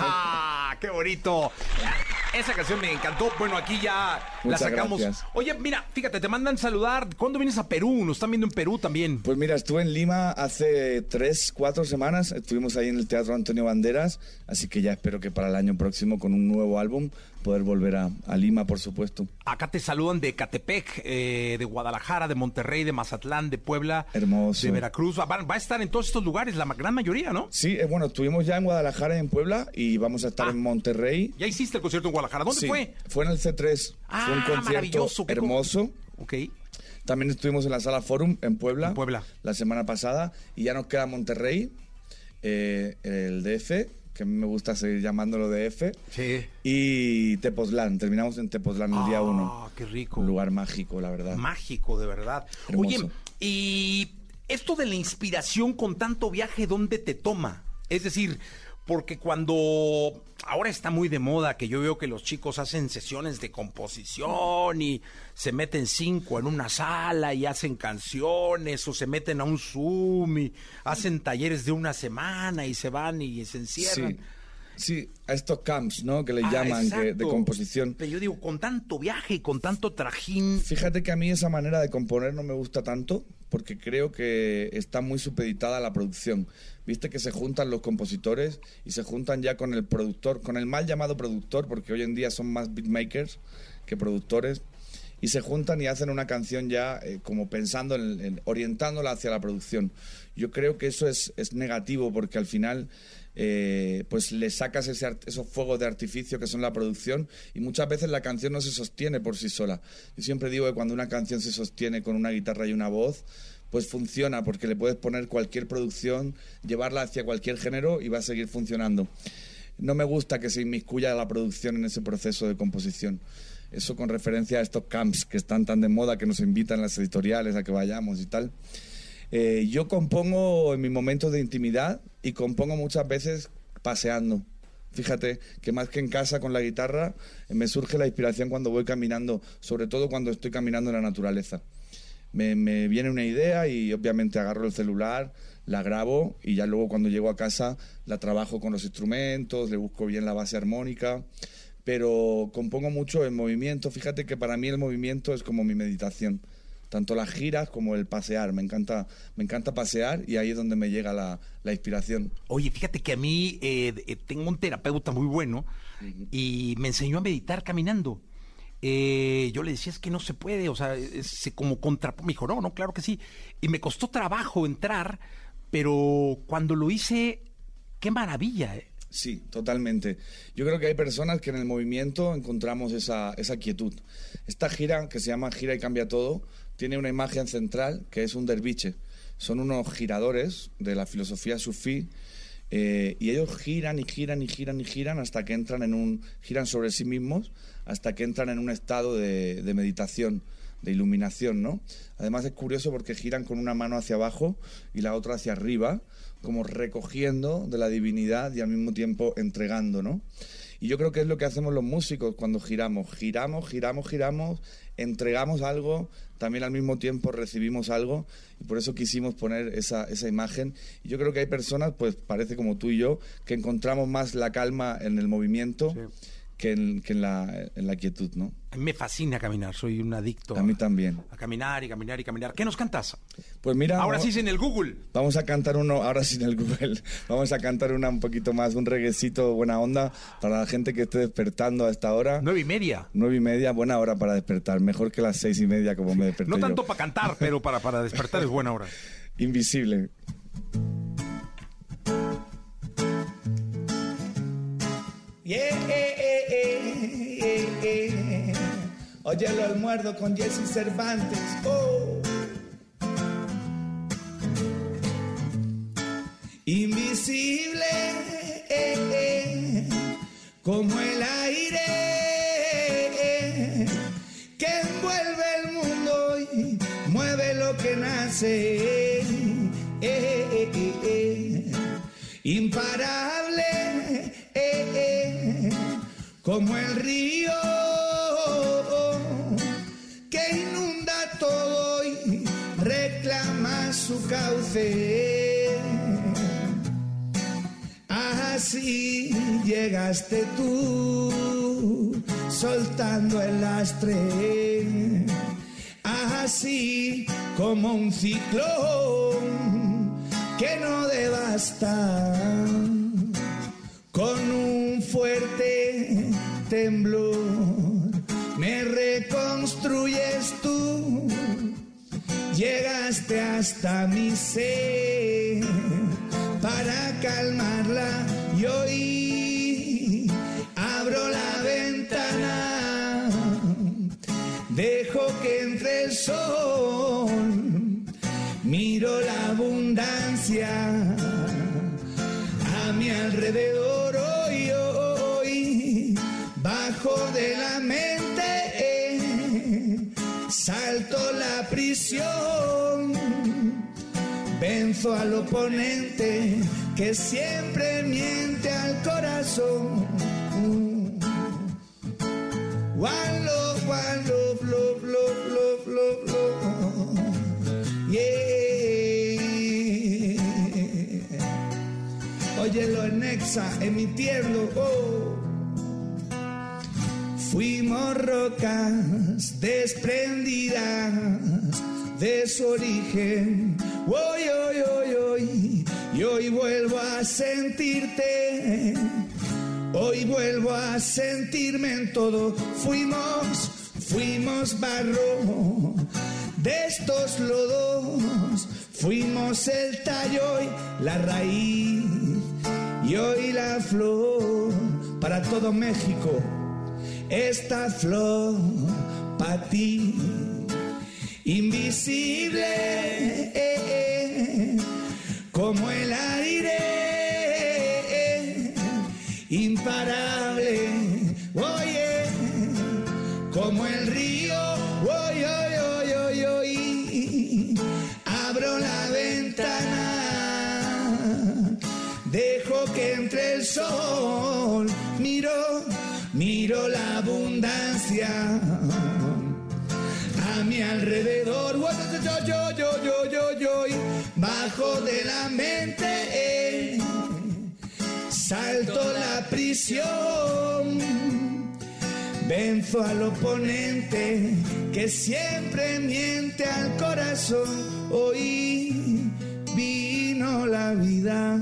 ¡Ajá! ¡Qué bonito! Esa canción me encantó. Bueno, aquí ya Muchas la sacamos. Gracias. Oye, mira, fíjate, te mandan saludar. ¿Cuándo vienes a Perú? Nos están viendo en Perú también. Pues mira, estuve en Lima hace tres, cuatro semanas. Estuvimos ahí en el Teatro Antonio Banderas. Así que ya espero que para el año próximo, con un nuevo álbum, poder volver a, a Lima, por supuesto. Acá te saludan de Catepec, eh, de Guadalajara, de Monterrey, de Mazatlán, de Puebla. Hermoso. De Veracruz. Va, va a estar en todos estos lugares, la gran mayoría, ¿no? Sí, eh, bueno, estuvimos ya en Guadalajara y en Puebla y vamos a estar ah, en Monterrey. ¿Ya hiciste el concierto en Guadalajara? ¿Dónde sí, fue? Fue en el C tres. Ah, fue un concierto hermoso. Ok. También estuvimos en la Sala Forum en Puebla. En Puebla. La semana pasada. Y ya nos queda Monterrey, eh, el D F, que a mí me gusta seguir llamándolo D F. Sí. Y Tepoztlán. Terminamos en Tepoztlán el ah, día uno. Ah, qué rico. Un lugar mágico, la verdad. Mágico, de verdad. Hermoso. Oye, y esto de la inspiración con tanto viaje, ¿dónde te toma? Es decir, porque cuando ahora está muy de moda que yo veo que los chicos hacen sesiones de composición y se meten cinco en una sala y hacen canciones o se meten a un Zoom y hacen talleres de una semana y se van y se encierran. Sí. Sí, a estos camps, ¿no? Que le ah, llaman que, de composición. Pero yo digo, con tanto viaje y con tanto trajín. Fíjate que a mí esa manera de componer no me gusta tanto porque creo que está muy supeditada a la producción. Viste que se juntan los compositores y se juntan ya con el productor, con el mal llamado productor, porque hoy en día son más beatmakers que productores, y se juntan y hacen una canción ya eh, como pensando en, en orientándola hacia la producción. Yo creo que eso es, es negativo porque al final eh, pues le sacas ese, esos fuegos de artificio que son la producción y muchas veces la canción no se sostiene por sí sola. Yo siempre digo que cuando una canción se sostiene con una guitarra y una voz, pues funciona porque le puedes poner cualquier producción, llevarla hacia cualquier género y va a seguir funcionando. No me gusta que se inmiscuya la producción en ese proceso de composición. Eso con referencia a estos camps que están tan de moda, que nos invitan las editoriales a que vayamos y tal. Eh, yo compongo en mis momentos de intimidad y compongo muchas veces paseando. Fíjate que más que en casa con la guitarra, eh, me surge la inspiración cuando voy caminando, sobre todo cuando estoy caminando en la naturaleza. Me, me viene una idea y obviamente agarro el celular, la grabo y ya luego cuando llego a casa la trabajo con los instrumentos, le busco bien la base armónica, pero compongo mucho en movimiento. Fíjate que para mí el movimiento es como mi meditación. tanto las giras como el pasear. Me encanta, me encanta pasear y ahí es donde me llega la, la inspiración. Oye, fíjate que a mí eh, eh, tengo un terapeuta muy bueno y me enseñó a meditar caminando. Eh, yo le decía, es que no se puede, o sea, es como contra... Me dijo, no, no, claro que sí. Y me costó trabajo entrar, pero cuando lo hice, qué maravilla, ¿eh? Sí, totalmente. Yo creo que hay personas que en el movimiento encontramos esa, esa quietud. Esta gira, que se llama Gira y Cambia Todo, tiene una imagen central que es un derviche. Son unos giradores de la filosofía sufí, eh, y ellos giran y giran y giran y giran hasta que entran en un... giran sobre sí mismos hasta que entran en un estado de, de meditación, de iluminación, ¿no? Además es curioso porque giran con una mano hacia abajo y la otra hacia arriba, como recogiendo de la divinidad y al mismo tiempo entregando, ¿no? Y yo creo que es lo que hacemos los músicos cuando giramos. Giramos, giramos, giramos, entregamos algo, también al mismo tiempo recibimos algo, y por eso quisimos poner esa, esa imagen. Y yo creo que hay personas, pues parece como tú y yo, que encontramos más la calma en el movimiento, sí, que, en, que en, la, en la quietud, ¿no? A mí me fascina caminar, soy un adicto. A mí también. A caminar y caminar y caminar. ¿Qué nos cantas? Pues mira... Ahora sí, sin el Google. Vamos a cantar uno, ahora sin el Google, vamos a cantar una un poquito más, un reguecito buena onda para la gente que esté despertando a esta hora. Nueve y media. Nueve y media, buena hora para despertar, mejor que las seis y media como me desperté No tanto yo. para cantar, pero para, para despertar es buena hora. Invisible. Yeah, eh, eh, eh, eh, eh. Óyelo al muerdo con Jesse Cervantes. Oh. Invisible, eh, eh, como el aire eh, que envuelve el mundo y mueve lo que nace. Eh, eh, eh, eh. Imparable, eh, eh, como el río que inunda todo y reclama su cauce. Así llegaste tú, soltando el lastre, así como un ciclón que no devasta, con un fuerte temblor me reconstruyes tú, llegaste hasta mi ser para calmarla y hoy abro la ventana, dejo que entre el sol, miro la abundancia a mi alrededor hoy, hoy, bajo de la mente, eh, salto la prisión, venzo al oponente que siempre miente al corazón. One love, one love, love, love, love, love, love. Yeah. Óyelo en Nexa, emitiendo. Oh. Fuimos rocas desprendidas de su origen. Hoy, hoy, hoy, hoy, y hoy vuelvo a sentirte. Hoy vuelvo a sentirme en todo. Fuimos, fuimos barro de estos lodos. Fuimos el tallo y la raíz y hoy la flor. Para todo México, esta flor para ti. Invisible, eh, eh, como el aire, eh, imparable, oye, como el río, oye, oye, oye, oye, oye, abro la ventana, dejo que entre el sol, miro, miro la abundancia a mi alrededor, yo, yo, yo, yo, yo, yo, y bajo de la mente, eh, salto la prisión, venzo al oponente que siempre miente al corazón. Hoy vino la vida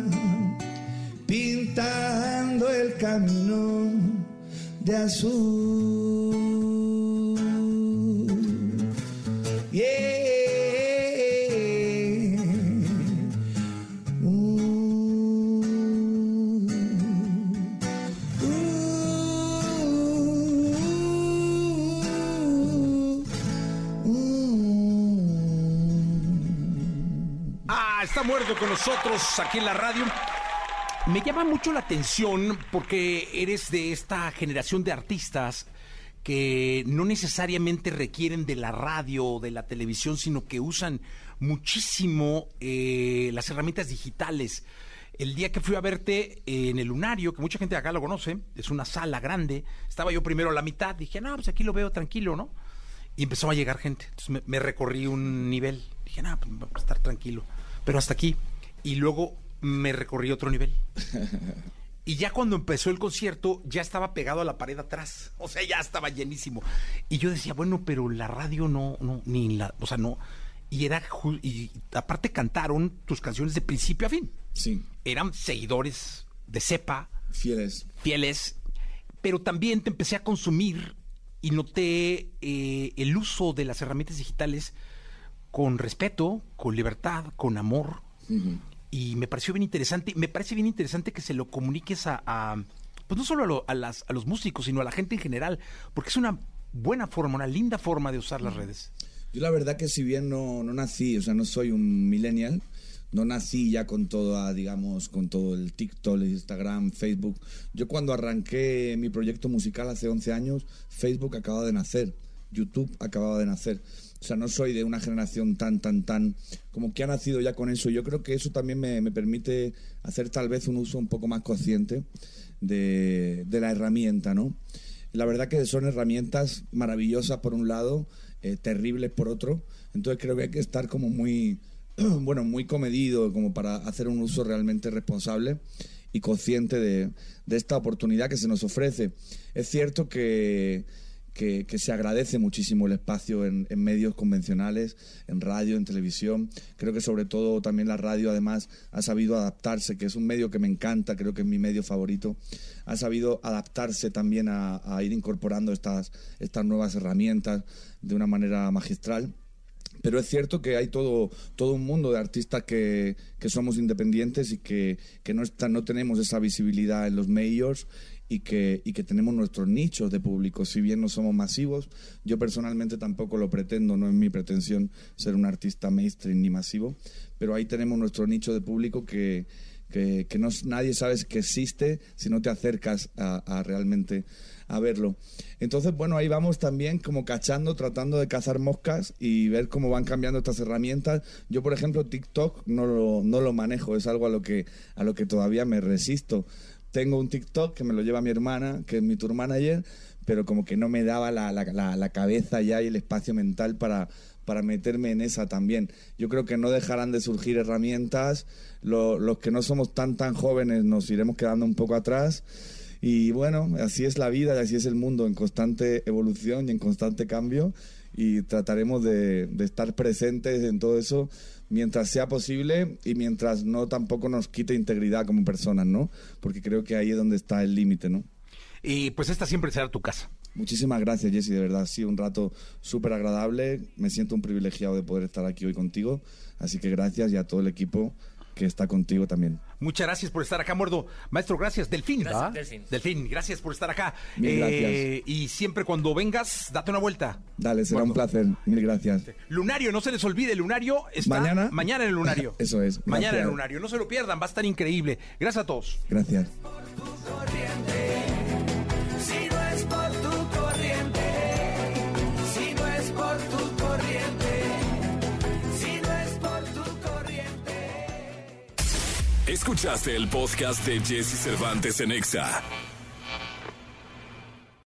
pintando el camino de azul. Yeah. Está Muerto con nosotros aquí en la radio. Me llama mucho la atención porque eres de esta generación de artistas que no necesariamente requieren de la radio o de la televisión, sino que usan muchísimo eh, las herramientas digitales. El día que fui a verte eh, en el Lunario, que mucha gente de acá lo conoce, es una sala grande, estaba yo primero a la mitad, dije, no, pues aquí lo veo tranquilo, ¿no? Y empezó a llegar gente, entonces me, me recorrí un nivel, dije, no, pues vamos a estar tranquilo. Pero hasta aquí. Y luego me recorrí otro nivel. Y ya cuando empezó el concierto, ya estaba pegado a la pared atrás. O sea, ya estaba llenísimo. Y yo decía, bueno, pero la radio no, no, ni la, o sea, no. Y era, y aparte cantaron tus canciones de principio a fin. Sí. Eran seguidores de Cepa. Fieles. Fieles. Pero también te empecé a consumir y noté eh, el uso de las herramientas digitales con respeto, con libertad, con amor. Uh-huh. Y me pareció bien interesante, me parece bien interesante que se lo comuniques a, a pues no solo a, lo, a, las, a los músicos, sino a la gente en general, porque es una buena forma, una linda forma de usar las redes. Yo la verdad que si bien no, no nací, o sea, no soy un millennial, no nací ya con todo, digamos, con todo el TikTok, el Instagram, Facebook. Yo cuando arranqué mi proyecto musical hace once años, Facebook acababa de nacer, YouTube acababa de nacer. O sea, no soy de una generación tan, tan, tan... como que ha nacido ya con eso. Yo creo que eso también me, me permite hacer tal vez un uso un poco más consciente de, de la herramienta, ¿no? La verdad que son herramientas maravillosas por un lado, eh, terribles por otro. Entonces creo que hay que estar como muy, bueno, muy comedido como para hacer un uso realmente responsable y consciente de, de esta oportunidad que se nos ofrece. Es cierto que... Que, que se agradece muchísimo el espacio en, en medios convencionales, en radio, en televisión. Creo que sobre todo también la radio además ha sabido adaptarse, que es un medio que me encanta, creo que es mi medio favorito. Ha sabido adaptarse también a, a ir incorporando estas, estas nuevas herramientas de una manera magistral. Pero es cierto que hay todo, todo un mundo de artistas que, que somos independientes y que, que no, está, no tenemos esa visibilidad en los majors y que, y que tenemos nuestros nichos de público. Si bien no somos masivos, yo personalmente tampoco lo pretendo, no es mi pretensión ser un artista mainstream ni masivo, pero ahí tenemos nuestro nicho de público que, que, que no, nadie sabe que existe si no te acercas a, a realmente a verlo. Entonces, bueno, ahí vamos también como cachando, tratando de cazar moscas y ver cómo van cambiando estas herramientas. Yo, por ejemplo, TikTok no lo, no lo manejo, es algo a lo que, a lo que todavía me resisto. Tengo un TikTok que me lo lleva mi hermana, que es mi tour manager, pero como que no me daba la, la, la, la cabeza ya y el espacio mental para, para meterme en esa también. Yo creo que no dejarán de surgir herramientas. Lo, los que no somos tan tan jóvenes nos iremos quedando un poco atrás. Y bueno, así es la vida y así es el mundo, en constante evolución y en constante cambio. Y trataremos de, de estar presentes en todo eso mientras sea posible y mientras no tampoco nos quite integridad como personas, ¿no? Porque creo que ahí es donde está el límite, ¿no? Y pues esta siempre será tu casa. Muchísimas gracias, Jessy, de verdad. Ha sido un rato súper agradable. Me siento un privilegiado de poder estar aquí hoy contigo. Así que gracias y a todo el equipo que está contigo también. Muchas gracias por estar acá, Muerdo. Maestro, gracias. Delfín. Gracias, Delfín. Delfín, gracias por estar acá. Mil eh, gracias. Y siempre cuando vengas, date una vuelta. Dale, será Muerdo. un placer. Mil gracias. Lunario, no se les olvide, Lunario está ¿Mañana? Mañana en el Lunario. Eso es. Mañana en Gracias. el Lunario. No se lo pierdan, va a estar increíble. Gracias a todos. Gracias. Si no es por tu corriente, si no es por tu corriente, si no es por tu corriente. Escuchaste el podcast de Jessy Cervantes en Exa.